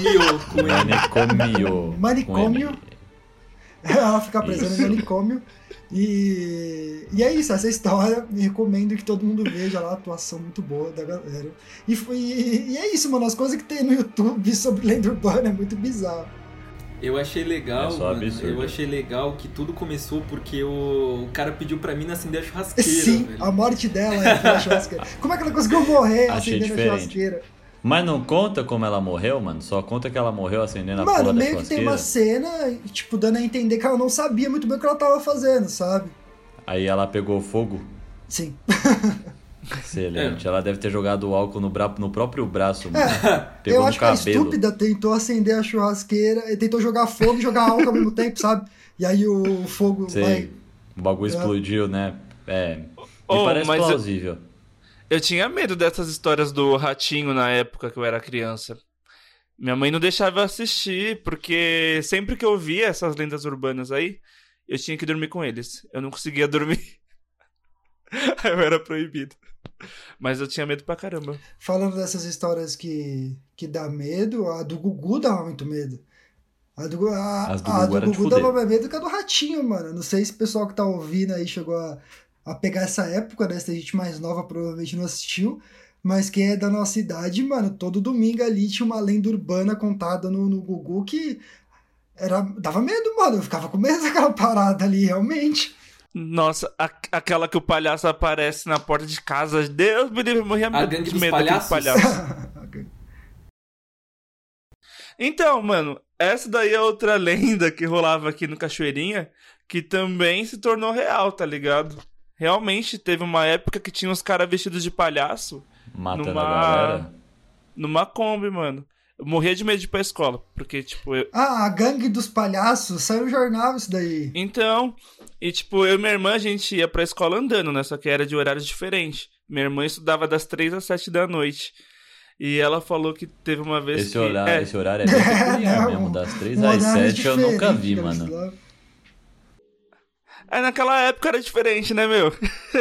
Manicômio. Ela fica presa no manicômio. E é isso, essa história. Me recomendo que todo mundo veja lá, a atuação muito boa da galera. E é isso, mano. As coisas que tem no YouTube sobre lenda urbana é muito bizarro. Eu achei legal, mano, eu achei legal que tudo começou porque o cara pediu pra mim acender a churrasqueira. Sim, velho. A morte dela é a churrasqueira. Como é que ela conseguiu morrer acendendo a churrasqueira? Mas não conta como ela morreu, mano? Só conta que ela morreu acendendo a porra da churrasqueira. Mano, meio que tem uma cena, tipo, dando a entender que ela não sabia muito bem o que ela tava fazendo, sabe? Aí ela pegou fogo? Sim. Excelente. Ela deve ter jogado álcool no próprio braço, mano. Pegou eu acho no cabelo. Que a estúpida tentou acender a churrasqueira e tentou jogar fogo e jogar álcool ao mesmo tempo, sabe? E aí o fogo vai... O bagulho explodiu, né? Me parece plausível. Eu tinha medo dessas histórias do ratinho na época que eu era criança. Minha mãe não deixava eu assistir, porque sempre que eu via essas lendas urbanas aí, eu tinha que dormir com eles. Eu não conseguia dormir. Eu era proibido. Mas eu tinha medo pra caramba. Falando dessas histórias que dá medo, a do Gugu dava muito medo. A do Gugu dava mais medo que a do Ratinho, mano. Não sei se o pessoal que tá ouvindo aí chegou a pegar essa época, né? Se a gente mais nova provavelmente não assistiu. Mas quem é da nossa idade, mano, todo domingo ali tinha uma lenda urbana contada no Gugu que dava medo, mano. Eu ficava com medo daquela parada ali, realmente. Nossa, aquela que o palhaço aparece na porta de casa. Deus me livre, morria muito de medo daquele palhaço. Então, mano, essa daí é outra lenda que rolava aqui no Cachoeirinha, que também se tornou real, tá ligado? Realmente teve uma época que tinha uns caras vestidos de palhaço matando a galera numa Kombi, mano. Eu morria de medo de ir pra escola, porque, tipo... a gangue dos palhaços, saiu no jornal isso daí. Então, e tipo, eu e minha irmã, a gente ia pra escola andando, né? Só que era de horários diferentes. Minha irmã estudava das 3 às 7 da noite. E ela falou que teve uma vez esse horário é bem peculiar mesmo, das 3 às 7 eu nunca vi, mano. Aí naquela época era diferente, né, meu?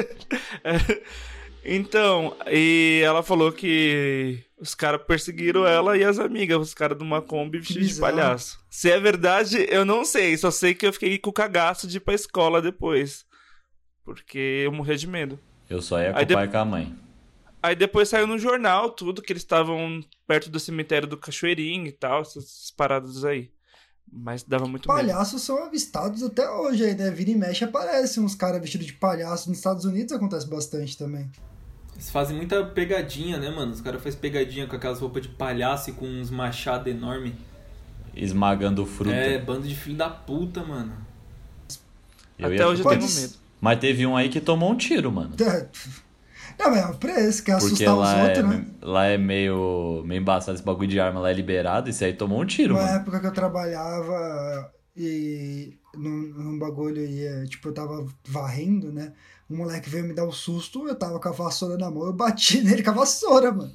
Então, e ela falou que os caras perseguiram ela e as amigas, os caras de uma Kombi vestidos de palhaço. Se é verdade, eu não sei, só sei que eu fiquei com o cagaço de ir pra escola depois. Porque eu morria de medo. Eu só ia com o pai e com a mãe. Aí depois saiu no jornal tudo, que eles estavam perto do cemitério do Cachoeirinho e tal, essas paradas aí. Mas dava muito medo. Palhaços são avistados até hoje aí, né? Vira e mexe aparece uns caras vestidos de palhaço. Nos Estados Unidos acontece bastante também. Eles fazem muita pegadinha, né, mano? Os caras fazem pegadinha com aquelas roupas de palhaço e com uns machados enormes. Esmagando fruta. Bando de filho da puta, mano. Até hoje eu tenho medo. Mas teve um aí que tomou um tiro, mano. Não, mas é o preço, quer assustar os outros, né? Lá é meio embaçado esse bagulho de arma, lá é liberado, esse aí tomou um tiro, mano. Na época que eu trabalhava e num bagulho aí, tipo, eu tava varrendo, né? Um moleque veio me dar um susto, eu tava com a vassoura na mão, eu bati nele com a vassoura, mano.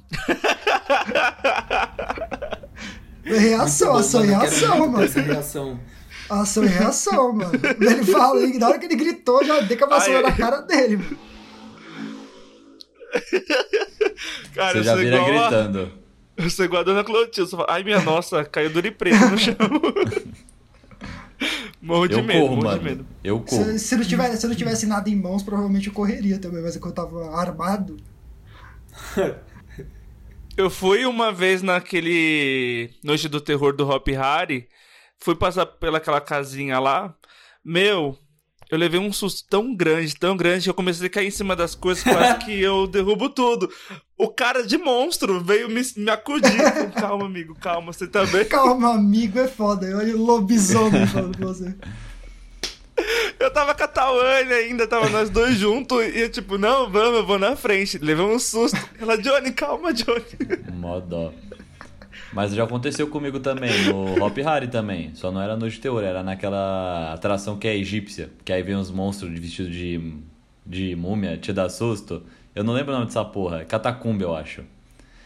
Ação e reação, mano. Essa reação. Ação e reação, mano. Ele fala, na hora que ele gritou, já dei com a vassoura na cara dele, mano. Cara, você já vira gritando. Eu sou igual a dona Clotilde. Ai, minha nossa, caiu duro e preto no chão. Morro de medo. Eu corro. Se não tivesse nada em mãos, provavelmente eu correria também, mas é que eu tava armado. Eu fui uma vez naquele Noite do Terror do Hop Hari, fui passar pelaquela casinha lá, meu... Eu levei um susto tão grande, que eu comecei a cair em cima das coisas, quase que eu derrubo tudo. O cara de monstro veio me acudir. Calma, amigo, calma, você tá bem? Calma, amigo, é foda. Olha o lobisomem falando com você. Eu tava com a Tawane ainda, tava nós dois juntos, e eu tipo, não, vamos, eu vou na frente. Levei um susto. Ela, Johnny, calma, Johnny. Mó dó. Mas já aconteceu comigo também, no Hop Hari também. Só não era Noite de Terror, era naquela atração que é egípcia. Que aí vem uns monstros vestidos de múmia, te dá susto. Eu não lembro o nome dessa porra, Catacumba, eu acho.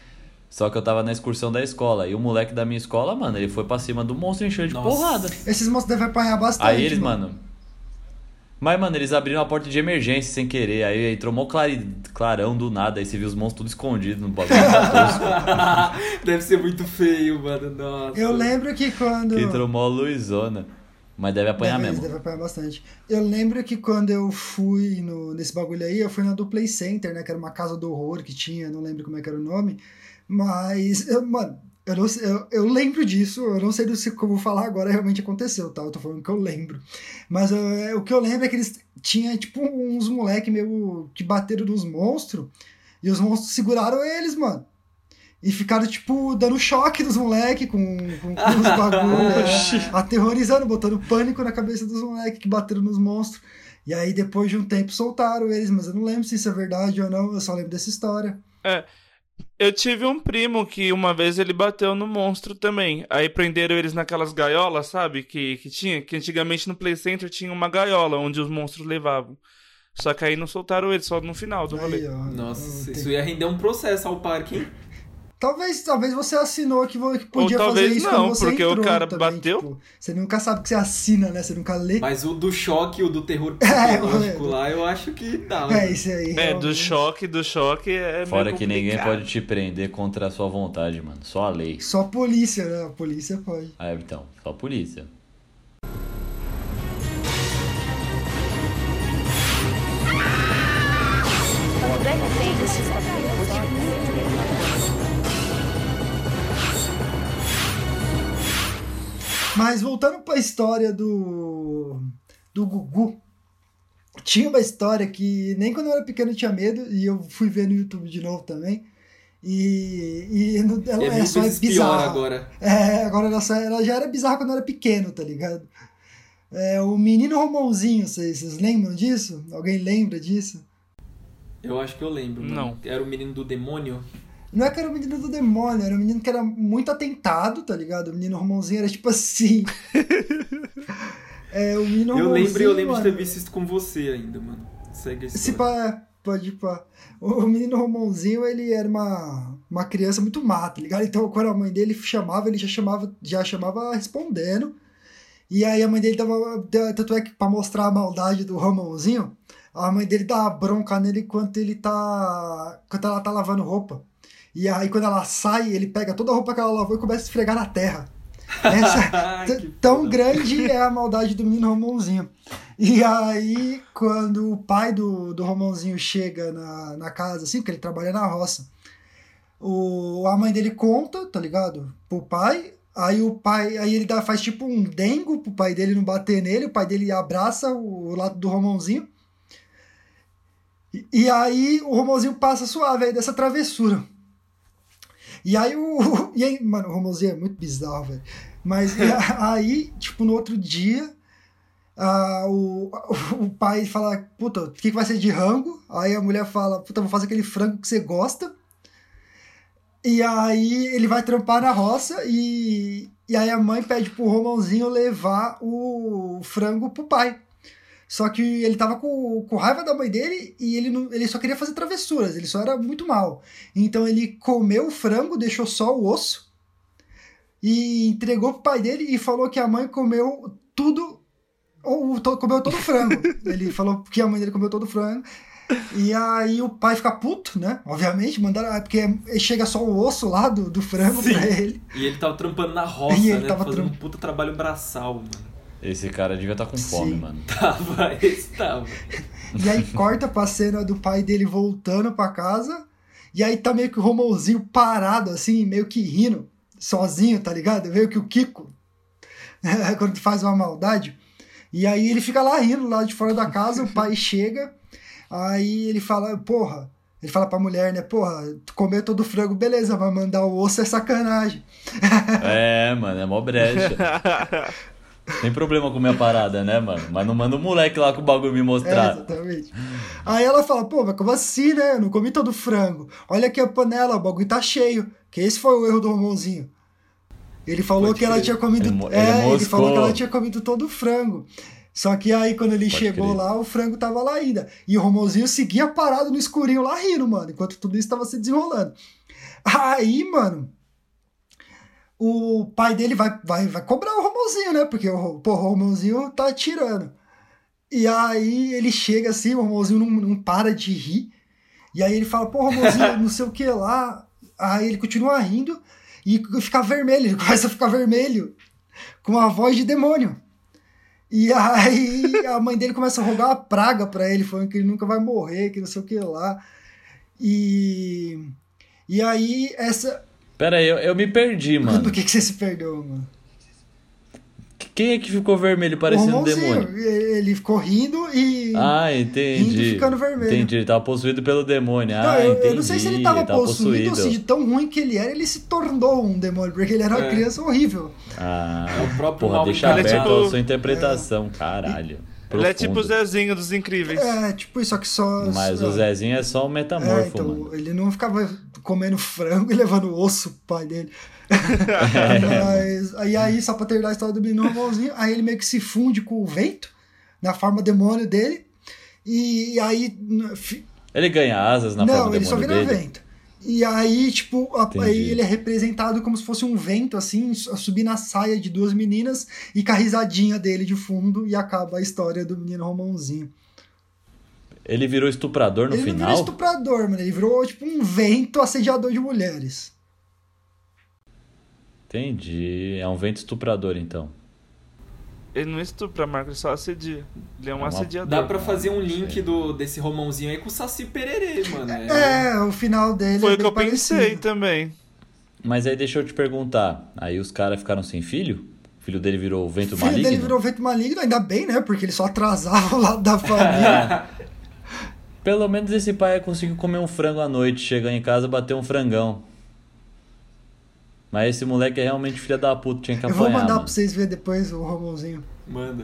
Só que eu tava na excursão da escola. E o moleque da minha escola, mano, ele foi pra cima do monstro enchendo de porrada. Esses monstros devem apanhar bastante. Aí eles, mano. Mas, mano, eles abriram a porta de emergência sem querer. Aí entrou mó clarão do nada. Aí você viu os monstros tudo escondidos no bagulho. Deve ser muito feio, mano. Nossa. Eu lembro que quando... Que entrou mó luzona. Mas deve apanhar mesmo. Deve apanhar bastante. Eu lembro que quando eu fui nesse bagulho aí, eu fui na do Play Center, né? Que era uma casa do horror que tinha, não lembro como é que era o nome. Mas, mano, eu lembro disso, eu não sei do que eu vou falar agora realmente aconteceu, tá? Eu tô falando que eu lembro. Mas o que eu lembro é que eles tinham, tipo, uns moleque meio que bateram nos monstros, e os monstros seguraram eles, mano. E ficaram, tipo, dando choque nos moleques com os bagulhos, aterrorizando, botando pânico na cabeça dos moleques que bateram nos monstros. E aí, depois de um tempo, soltaram eles, mas eu não lembro se isso é verdade ou não, eu só lembro dessa história. Eu tive um primo que uma vez ele bateu no monstro também. Aí prenderam eles naquelas gaiolas, sabe? Que tinha, que antigamente no Play Center tinha uma gaiola onde os monstros levavam. Só que aí não soltaram eles, só no final do rolê. Nossa, isso ia render um processo ao parque, hein? Talvez você assinou que podia fazer isso não, quando você porque entrou o cara também, bateu. Tipo, você nunca sabe que você assina, né? Você nunca lê. Mas o do choque, o do terror psicológico lá, eu acho que dá. Isso aí. Do choque é Fora meio que ninguém complicado. pode te prender contra a sua vontade, mano. Só a lei. Só a polícia, né? A polícia pode. Então, só a polícia. Mas voltando pra história do Gugu, tinha uma história que nem quando eu era pequeno eu tinha medo, e eu fui ver no YouTube de novo também. E ela só é bizarra. Agora. Agora ela já era bizarra quando eu era pequeno, tá ligado? O menino Romãozinho, vocês lembram disso? Alguém lembra disso? Eu acho que eu lembro, mano. Não. Era o menino do demônio? Não é que era o menino do demônio, era um menino que era muito atentado, tá ligado? O menino Romãozinho era tipo assim. O menino Romãozinho. Eu lembro de ter visto isso com você ainda, mano. Segue esse. Pode ir pra... O menino Romãozinho, ele era uma criança muito má, tá ligado? Então, quando a mãe dele chamava, ele já chamava respondendo. E aí a mãe dele tanto é que pra mostrar a maldade do Romãozinho, a mãe dele dá uma bronca nele enquanto ela tá lavando roupa. E aí quando ela sai, ele pega toda a roupa que ela lavou e começa a esfregar na terra. Tão grande é a maldade do menino Romãozinho. E aí, quando o pai do Romãozinho chega na casa, assim, porque ele trabalha na roça, a mãe dele conta, tá ligado? Pro pai. Aí ele faz tipo um dengo pro pai dele não bater nele. O pai dele abraça o lado do Romãozinho. E aí o Romãozinho passa suave aí dessa travessura. E aí, mano, o Romãozinho é muito bizarro, velho. Mas aí, tipo, no outro dia, o pai fala, puta, o que vai ser de rango? Aí a mulher fala, puta, vou fazer aquele frango que você gosta. E aí ele vai trampar na roça e aí a mãe pede pro Romãozinho levar o frango pro pai. Só que ele tava com raiva da mãe dele e ele só queria fazer travessuras, ele só era muito mal. Então ele comeu o frango, deixou só o osso e entregou pro pai dele e falou que a mãe comeu tudo, comeu todo o frango. Ele falou que a mãe dele comeu todo o frango. E aí o pai fica puto, né? Obviamente, porque chega só o osso lá do frango. Sim. Pra ele. E ele tava trampando na roça, né? Fazendo um puta trabalho braçal, mano. Esse cara devia estar com fome, mano. Tava. E aí corta pra cena do pai dele voltando pra casa. E aí tá meio que o Romãozinho parado, assim, meio que rindo, sozinho, tá ligado? Meio que o Kiko, quando faz uma maldade. E aí ele fica lá rindo, lá de fora da casa, o pai chega, aí ele fala, ele fala pra mulher, né, tu comeu todo o frango, beleza, mas mandar o osso é sacanagem. Mano, é mó brecha. Tem problema com minha parada, né, mano? Mas não manda o moleque lá com o bagulho me mostrar. Exatamente. Aí ela fala, mas como assim, né? Eu não comi todo o frango. Olha aqui a panela, o bagulho tá cheio. Que esse foi o erro do Romãozinho. Ele falou que ela tinha comido... Ele falou que ela tinha comido todo o frango. Só que aí, quando ele Pode chegou crer. lá, o frango tava lá ainda. E o Romonzinho seguia parado no escurinho lá rindo, mano, enquanto tudo isso tava se desenrolando. Aí, mano, o pai dele vai cobrar o Romonzinho, né? Porque o Romonzinho tá atirando. E aí ele chega assim, o Romonzinho não para de rir. E aí ele fala, pô, Romonzinho, não sei o que lá. Aí ele continua rindo e fica vermelho. Ele começa a ficar vermelho com a voz de demônio. E aí a mãe dele começa a rogar uma praga pra ele, falando que ele nunca vai morrer, que não sei o que lá. E aí essa... Pera aí, eu me perdi, mano. Do que você se perdeu, mano? Quem é que ficou vermelho parecendo um Romonzinho. demônio? Ele ficou rindo e... Ah, entendi. rindo e ficando vermelho. Entendi, ele tava possuído pelo demônio. Não, Ah, entendi. eu não sei se ele tava possuído ou se de possuído. tão ruim que ele era, ele se tornou um demônio, porque ele era uma criança horrível. Ah, É o próprio porra, mal deixa encarnado. aberto Tipo- a sua interpretação, caralho. Ele é Profundo. tipo o Zezinho dos Incríveis. É, tipo isso, só que só... Mas o Zezinho é só um metamorfo, então, mano. ele não ficava comendo frango e levando osso pro pai dele. Mas, aí, só pra terminar a história do menino Romonzinho, aí ele meio que se funde com o vento, na forma demônio dele, e aí... Ele ganha asas na não, forma do ele só demônio vira dele. vento. E aí, tipo, Entendi. aí ele é representado como se fosse um vento, assim, a subir na saia de duas meninas e com a risadinha dele de fundo, e acaba a história do menino Romonzinho. Ele virou estuprador no Ele não final? virou estuprador, mano, ele virou, tipo, um vento assediador de mulheres. Entendi. É um vento estuprador, então. Ele não estupra, Marco, ele só assedia. Ele é um uma- assediador. Dá pra fazer um Não link sei. desse Romãozinho aí com o Saci Pererê, mano. O final dele Foi é o que bem eu pensei parecido. também. Mas aí deixa eu te perguntar. Aí os caras ficaram sem filho? O filho dele virou vento O filho maligno? dele virou vento maligno, ainda bem, né? Porque ele só atrasava o lado da família. Pelo menos esse pai conseguiu comer um frango à noite, chegar em casa e bater um frangão. Mas esse moleque é realmente filho da puta, tinha que Eu vou apanhar, mandar mano. pra vocês verem depois o Romonzinho. Manda.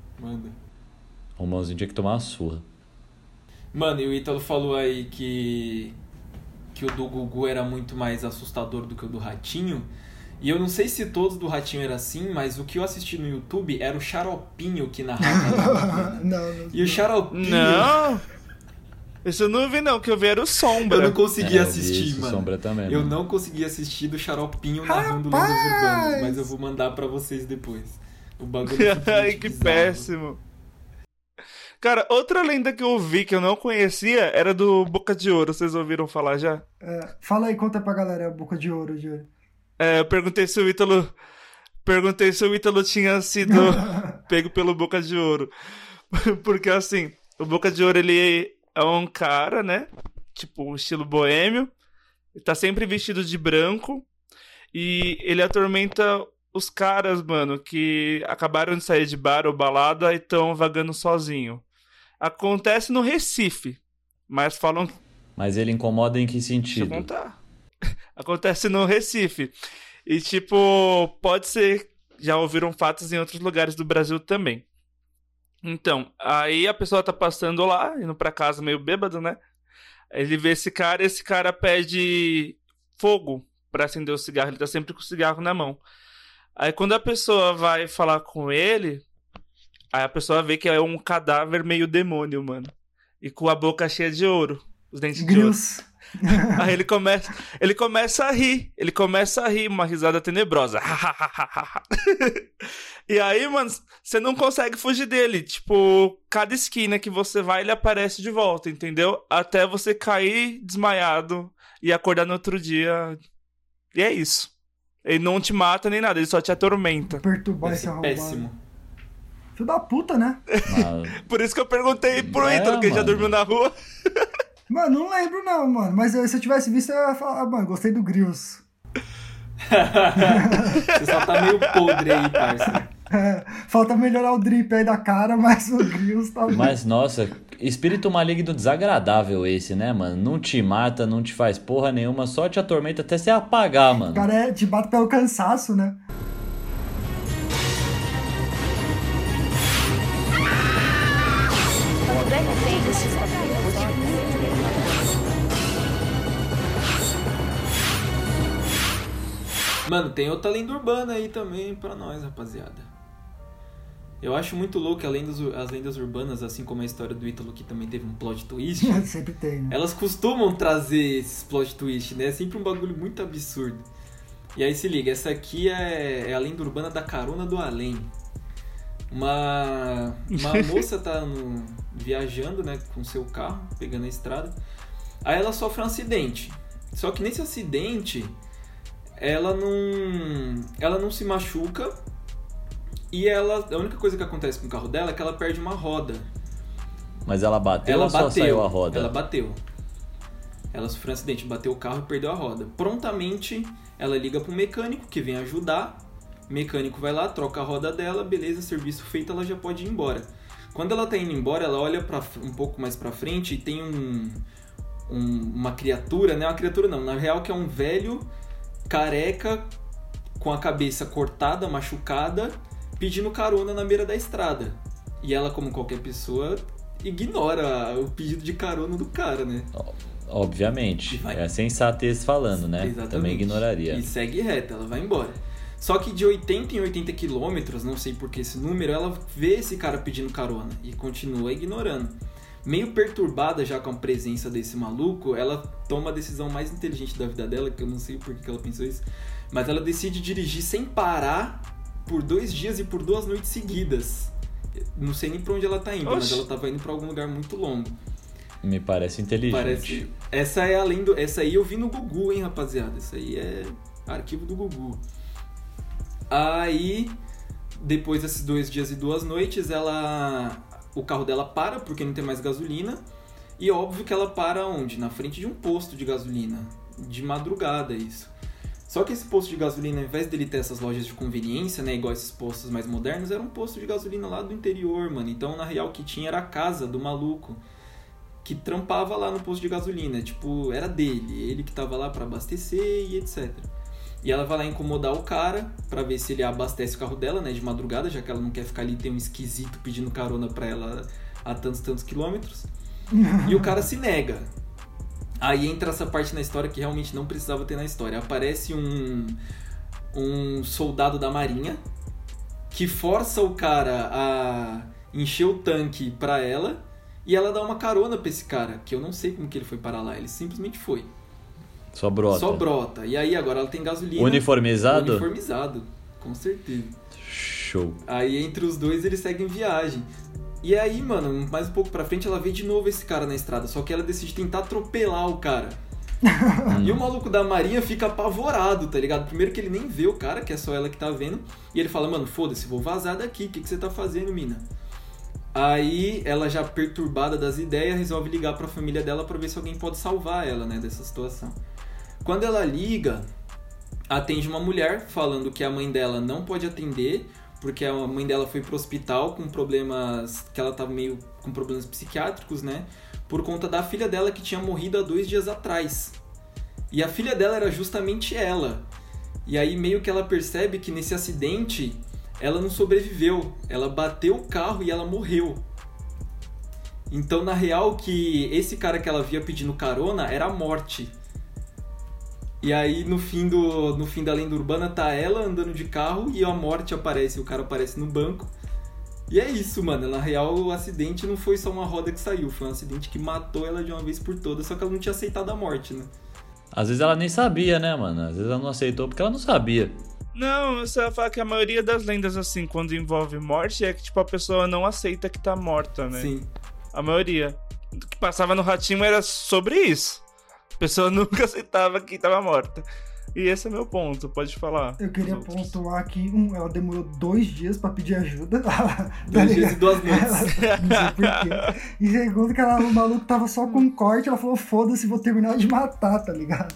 O Romãozinho tinha que tomar uma surra. Mano, e o Ítalo falou aí que o do Gugu era muito mais assustador do que o do Ratinho. E eu não sei se todos do Ratinho era assim, mas o que eu assisti no YouTube era o Xaropinho que narrava. Não. E o Xaropinho... Não! Isso eu não vi, não. O que eu vi era o Sombra. Eu não consegui É, eu vi assistir, esse mano. Sombra também, Eu mano. não consegui assistir do Xaropinho narrando lendas urbanas, mas eu vou mandar pra vocês depois. O bagulho é Ai, simplesmente que bizarro. péssimo. Cara, outra lenda que eu vi que eu não conhecia era do Boca de Ouro. Vocês ouviram falar já? Fala aí, conta pra galera a Boca de Ouro, Júlio. Eu perguntei se o Ítalo tinha sido pego pelo Boca de Ouro. Porque assim, o Boca de Ouro, ele é um cara, né? Tipo, estilo boêmio. Ele tá sempre vestido de branco. E ele atormenta os caras, mano, que acabaram de sair de bar ou balada e estão vagando sozinho. Acontece no Recife. Mas falam... Mas ele incomoda em que Deixa eu sentido? contar. Acontece no Recife. E, tipo, pode ser... Já ouviram fatos em outros lugares do Brasil também. Então, aí a pessoa tá passando lá, indo pra casa meio bêbado, né? Ele vê esse cara e esse cara pede fogo pra acender o cigarro. Ele tá sempre com o cigarro na mão. Aí quando a pessoa vai falar com ele, aí a pessoa vê que é um cadáver meio demônio, mano. E com a boca cheia de ouro. Os dentes de ouro. Grilos. Aí ele começa a rir. Ele começa a rir, uma risada tenebrosa. E aí, mano, você não consegue fugir dele. Tipo, cada esquina que você vai, ele aparece de volta, entendeu? Até você cair desmaiado e acordar no outro dia. E é isso. Ele não te mata nem nada, ele só te atormenta. Perturbar Deve esse ser arrombado. péssimo. Filho da puta, né? Ah, Por isso que eu perguntei pro Ítalo, que ele já mano. dormiu na rua. Mano, não lembro não, mano. Mas se eu tivesse visto, eu ia falar, mano, gostei do Grills. Você só tá meio podre aí, parça. Falta melhorar o drip aí da cara, mas o Grills tá... mas, nossa, espírito maligno desagradável esse, né, mano? Não te mata, não te faz porra nenhuma, só te atormenta até você apagar, mano. O cara te bate pelo cansaço, né? Mano, tem outra lenda urbana aí também pra nós, rapaziada. Eu acho muito louco as lendas urbanas, assim como a história do Ítalo, que também teve um plot twist. Sempre tem, né? Elas costumam trazer esses plot twist, né? É sempre um bagulho muito absurdo. E aí se liga, essa aqui é a lenda urbana da carona do além. Uma moça tá viajando, né, com seu carro, pegando a estrada. Aí ela sofre um acidente. Só que nesse acidente, ela não se machuca. E a única coisa que acontece com o carro dela é que ela perde uma roda. Mas ela bateu ou só saiu a roda? Ela bateu. Ela sofreu um acidente, bateu o carro e perdeu a roda. Prontamente, ela liga pro mecânico, que vem ajudar. O mecânico vai lá, troca a roda dela, beleza, serviço feito, ela já pode ir embora. Quando ela tá indo embora, ela olha um pouco mais pra frente e tem uma criatura, não é uma criatura não, na real que é um velho careca com a cabeça cortada, machucada, pedindo carona na beira da estrada. E ela, como qualquer pessoa, ignora o pedido de carona do cara, né? Obviamente. É a sensatez falando, né? Exatamente. Também ignoraria. E segue reta, ela vai embora. Só que de 80 em 80 quilômetros, não sei por que esse número, ela vê esse cara pedindo carona e continua ignorando. Meio perturbada já com a presença desse maluco, ela toma a decisão mais inteligente da vida dela, que eu não sei por que ela pensou isso, mas ela decide dirigir sem parar por 2 dias e por 2 noites seguidas. Não sei nem pra onde ela tá indo, mas ela tava indo pra algum lugar muito longo. Me parece inteligente. Essa é além do... Essa aí eu vi no Gugu, hein, rapaziada. Essa aí é arquivo do Gugu. Aí, depois desses 2 dias e 2 noites, o carro dela para porque não tem mais gasolina. E óbvio que ela para onde? Na frente de um posto de gasolina. De madrugada, isso. Só que esse posto de gasolina, ao invés dele ter essas lojas de conveniência, né, igual esses postos mais modernos, era um posto de gasolina lá do interior, mano. Então, na real, o que tinha era a casa do maluco que trampava lá no posto de gasolina. Tipo, era dele. Ele que tava lá pra abastecer e etc. E ela vai lá incomodar o cara pra ver se ele abastece o carro dela, né, de madrugada, já que ela não quer ficar ali, tem um esquisito pedindo carona pra ela a tantos quilômetros. E o cara se nega. Aí entra essa parte na história que realmente não precisava ter na história. Aparece um soldado da marinha que força o cara a encher o tanque pra ela e ela dá uma carona pra esse cara, que eu não sei como que ele foi parar lá, ele simplesmente foi. Só brota. E aí agora ela tem gasolina. Uniformizado? Uniformizado, com certeza. Show. Aí entre os dois eles seguem viagem. E aí, mano, mais um pouco pra frente ela vê de novo esse cara na estrada, só que ela decide tentar atropelar o cara. E o maluco da marinha fica apavorado, tá ligado? Primeiro que ele nem vê o cara, que é só ela que tá vendo. E ele fala, mano, foda-se, vou vazar daqui, o que você tá fazendo, mina? Aí ela, já perturbada das ideias, resolve ligar pra família dela pra ver se alguém pode salvar ela, né, dessa situação. Quando ela liga, atende uma mulher falando que a mãe dela não pode atender, porque a mãe dela foi pro hospital com problemas, que ela tava meio com problemas psiquiátricos, né? Por conta da filha dela que tinha morrido há 2 dias atrás. E a filha dela era justamente ela. E aí meio que ela percebe que nesse acidente ela não sobreviveu. Ela bateu o carro e ela morreu. Então, na real, que esse cara que ela via pedindo carona era a morte. E aí, no fim da lenda urbana, tá ela andando de carro e a morte aparece, o cara aparece no banco. E é isso, mano. Na real, o acidente não foi só uma roda que saiu, foi um acidente que matou ela de uma vez por todas, só que ela não tinha aceitado a morte, né? Às vezes ela nem sabia, né, mano? Às vezes ela não aceitou porque ela não sabia. Não, você vai falar que a maioria das lendas, assim, quando envolve morte, é que, tipo, a pessoa não aceita que tá morta, né? Sim. A maioria. O que passava no Ratinho era sobre isso. A pessoa nunca aceitava que tava morta. E esse é meu ponto, pode falar. Eu queria pontuar que, ela demorou 2 dias pra pedir ajuda. 2 dias e 2 noites. Não sei porquê. E segundo, que o maluco tava só com um corte, ela falou, foda-se, vou terminar de matar, tá ligado?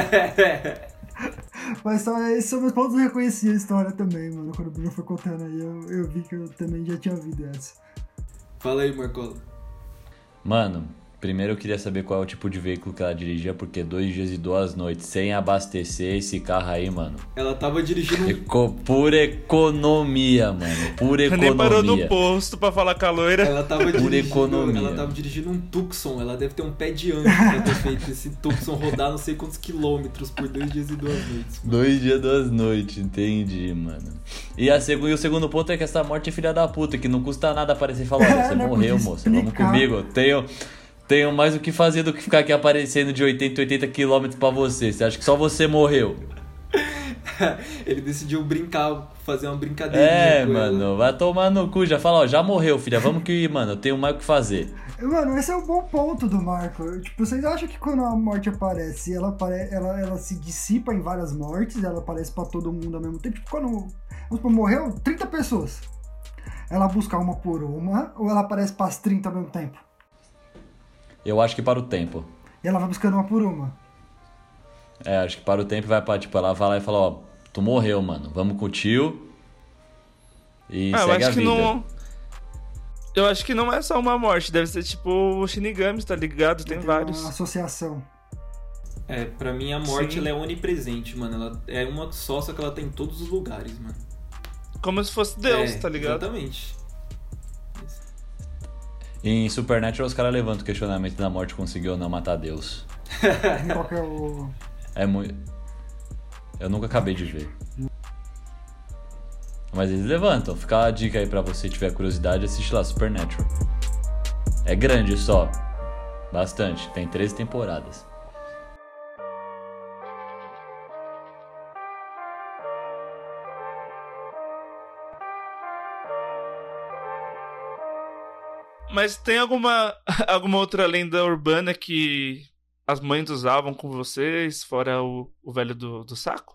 Mas só esses são meus pontos, eu reconheci a história também, mano. Quando o Bruno foi contando aí, eu vi que eu também já tinha ouvido essa. Fala aí, Marcola. Mano, Primeiro eu queria saber qual é o tipo de veículo que ela dirigia, porque 2 dias e 2 noites sem abastecer esse carro aí, mano. Ela tava dirigindo Pura economia, mano. Pura economia. Nem parou no posto pra falar com a loira. Ela tava Pura dirigindo, economia. ela tava dirigindo um Tucson. Ela deve ter um pé de anjo pra ter feito esse Tucson rodar não sei quantos quilômetros por 2 dias e 2 noites. 2 dias, 2 noites, entendi, mano. E o segundo ponto é que essa morte é filha da puta, que não custa nada aparecer e falar, olha, você Não morreu, podia moça, vamos explicar. comigo. Tenho mais o que fazer do que ficar aqui aparecendo de 80 quilômetros pra você. Você acha que só você morreu? Ele decidiu brincar, fazer uma brincadeirinha com Mano, ela. vai tomar no cu. Já fala, ó, já morreu, filha. Vamos que, mano, eu tenho mais o que fazer. Mano, esse é o bom ponto do Marco. Tipo, vocês acham que quando a morte aparece, ela se dissipa em várias mortes, ela aparece pra todo mundo ao mesmo tempo? Tipo, quando, vamos supor, morreu 30 pessoas. Ela busca uma por uma, ou ela aparece pras 30 ao mesmo tempo? Eu acho que para o tempo. E ela vai buscando uma por uma. Acho que para o tempo vai pra, tipo, ela vai lá e fala, ó, tu morreu, mano. Vamos com o tio. E eu segue a acho que vida. não. Eu acho que não é só uma morte, deve ser tipo o Shinigami, tá ligado? Tem vários. Uma associação. Pra mim a morte Sim. ela é onipresente, mano. Ela é uma só que ela tá em todos os lugares, mano. Como se fosse Deus, tá ligado? Exatamente. Em Supernatural, os caras levantam o questionamento da morte conseguiu ou não matar Deus. Qual que é o... É muito... Eu nunca acabei de ver. Mas eles levantam. Fica a dica aí pra você tiver curiosidade, assiste lá Supernatural. É grande só. Bastante. Tem 13 temporadas. Mas tem alguma outra lenda urbana que as mães usavam com vocês, fora o velho do saco?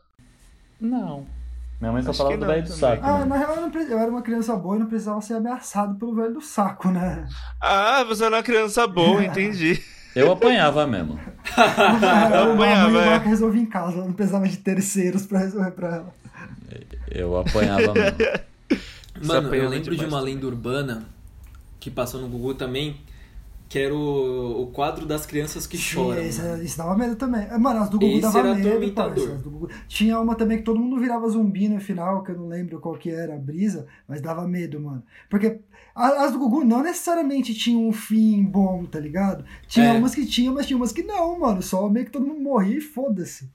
Não. Minha mãe só Acho falava que do não velho do também. saco. Ah, né? na real eu era uma criança boa e não precisava ser ameaçado pelo velho do saco, né? Ah, você era uma criança boa, entendi. Eu apanhava mesmo. Eu apanhava, mãe é. que resolvia em casa, eu não precisava de terceiros pra resolver pra ela. Eu apanhava mesmo. Mano, eu apanhava lembro de demais uma também. lenda urbana que passou no Gugu também, que era o quadro das crianças que choram. Isso dava medo também. Mano, as do Gugu Esse dava era medo, atormentador. parça, as do Gugu. Tinha uma também que todo mundo virava zumbi no final, que eu não lembro qual que era a brisa, mas dava medo, mano. Porque as do Gugu não necessariamente tinham um fim bom, tá ligado? Tinha umas que tinham, mas tinha umas que não, mano. Só meio que todo mundo morria e foda-se.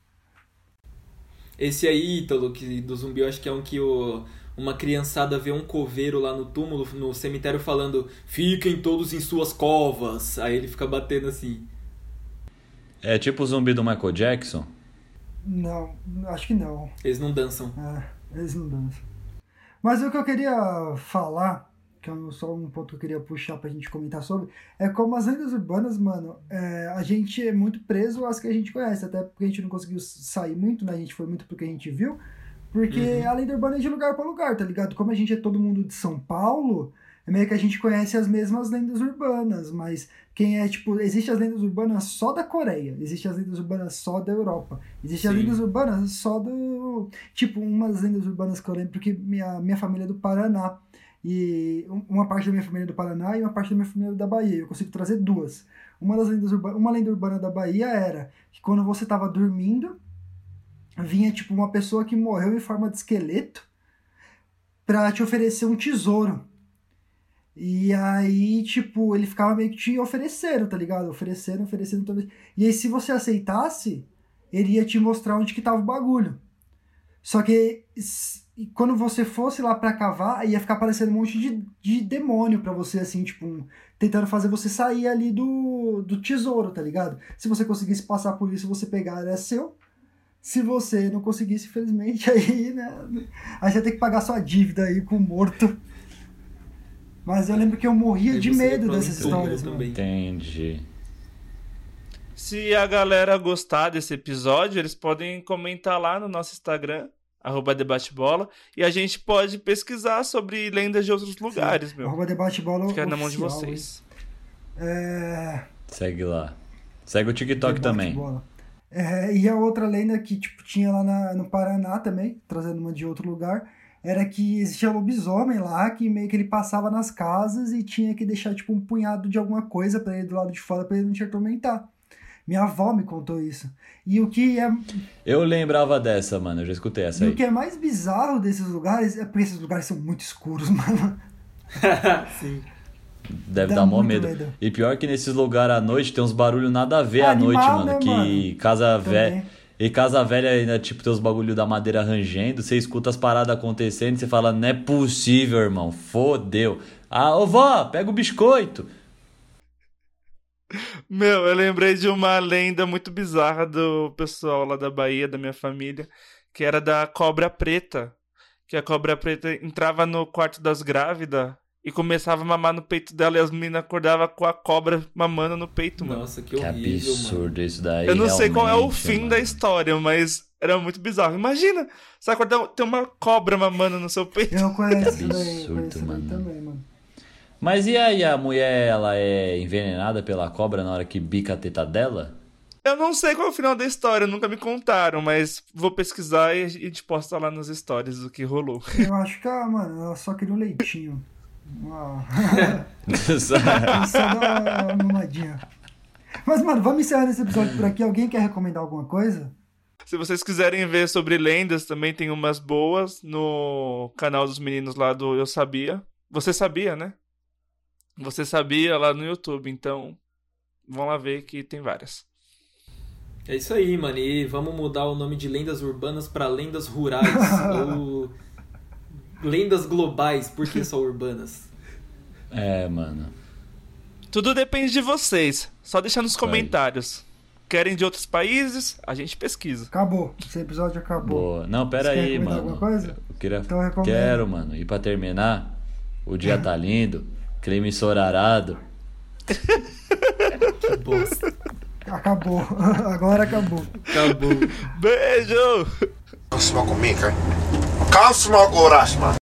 Esse aí, Ítalo, que do zumbi, eu acho que é um que uma criançada vê um coveiro lá no túmulo, no cemitério, falando: fiquem todos em suas covas. Aí ele fica batendo assim. É tipo o zumbi do Michael Jackson. Não, acho que não. Eles não dançam. Eles não dançam. Mas o que eu queria falar, que é só um ponto que eu queria puxar pra gente comentar sobre, é como as lendas urbanas, mano, a gente é muito preso às que a gente conhece, até porque a gente não conseguiu sair muito, né? A gente foi muito pro que a gente viu, porque a lenda urbana é de lugar pra lugar, tá ligado? Como a gente é todo mundo de São Paulo, é meio que a gente conhece as mesmas lendas urbanas, mas quem é, tipo, existe as lendas urbanas só da Coreia, existe as lendas urbanas só da Europa, existe as Sim. lendas urbanas só do... Tipo, umas lendas urbanas que eu lembro, porque minha família é do Paraná, e uma parte da minha família é do Paraná e uma parte da minha família é da Bahia, eu consigo trazer duas. Uma lenda urbana da Bahia era que quando você tava dormindo, vinha, tipo, uma pessoa que morreu em forma de esqueleto pra te oferecer um tesouro. E aí, tipo, ele ficava meio que te oferecendo, tá ligado? Oferecendo. E aí, se você aceitasse, ele ia te mostrar onde que tava o bagulho. Só que quando você fosse lá pra cavar, ia ficar aparecendo um monte de demônio pra você, assim, tipo, tentando fazer você sair ali do tesouro, tá ligado? Se você conseguisse passar por isso, você pegar, era seu. Se você não conseguisse, infelizmente, aí, né? Aí você ia ter que pagar sua dívida aí com o morto. Mas eu lembro que eu morria Aí de você ia medo pra dessas um túmulo histórias, mano. também. Entendi. Se a galera gostar desse episódio, eles podem comentar lá no nosso Instagram, @debatebola, e a gente pode pesquisar sobre lendas de outros lugares, meu. @debatebola Fica na mão de oficial, vocês. Segue lá. Segue o TikTok também. Debate-bola. E a outra lenda que tipo, tinha lá no Paraná também, trazendo uma de outro lugar, era que existia lobisomem lá, que meio que ele passava nas casas e tinha que deixar, tipo, um punhado de alguma coisa pra ele do lado de fora pra ele não te atormentar. Minha avó me contou isso. E o que é... Eu lembrava dessa, mano. Eu já escutei essa E aí. o que é mais bizarro desses lugares é porque esses lugares são muito escuros, mano. Sim. Deve Dá dar mó muito medo. medo. E pior que nesses lugares à noite tem uns barulhos nada a ver É à noite, animal, mano. né, Que mano? casa velha. Também. E casa velha ainda, tipo, tem os bagulho da madeira rangendo. Você escuta as paradas acontecendo e você fala, não é possível, irmão. Fodeu. Ah, ô vó, pega o biscoito. Meu, eu lembrei de uma lenda muito bizarra do pessoal lá da Bahia, da minha família, que era da cobra preta. Que a cobra preta entrava no quarto das grávidas e começava a mamar no peito dela e as meninas acordavam com a cobra mamando no peito, mano. Nossa, que Que horrível, absurdo mano. isso daí. Eu não sei qual é o realmente, fim mano. da história, mas era muito bizarro. Imagina, você acordar, tem uma cobra mamando no seu peito. Eu conheço Que isso daí, absurdo, conheço isso daí mano. também, mano. Mas e aí, a mulher, ela é envenenada pela cobra na hora que bica a teta dela? Eu não sei qual é o final da história, nunca me contaram, mas vou pesquisar e a gente posta lá nas stories o que rolou. Eu acho que, mano, ela só queria um leitinho. Só dar uma mamadinha. Mas, mano, vamos encerrar esse episódio por aqui. Alguém quer recomendar alguma coisa? Se vocês quiserem ver sobre lendas, também tem umas boas no canal dos meninos lá do Eu Sabia. Você sabia, né? Você sabia lá no YouTube, então vão lá ver que tem várias. É isso aí, mano. E vamos mudar o nome de lendas urbanas pra lendas rurais. Ou lendas globais, por que só urbanas? É, mano. Tudo depende de vocês. Só deixar nos Vai. comentários. Querem de outros países? A gente pesquisa. Acabou. Esse episódio acabou. Boa. Não, pera Você quer aí, recomendar mano. alguma coisa? Eu queria... Então recomenda. Quero, mano. E pra terminar, o dia tá lindo, clima ensolarado. Que bosta. Acabou. Agora acabou. Acabou. Beijo! Come smoke with me, okay? Come smoke with us, man.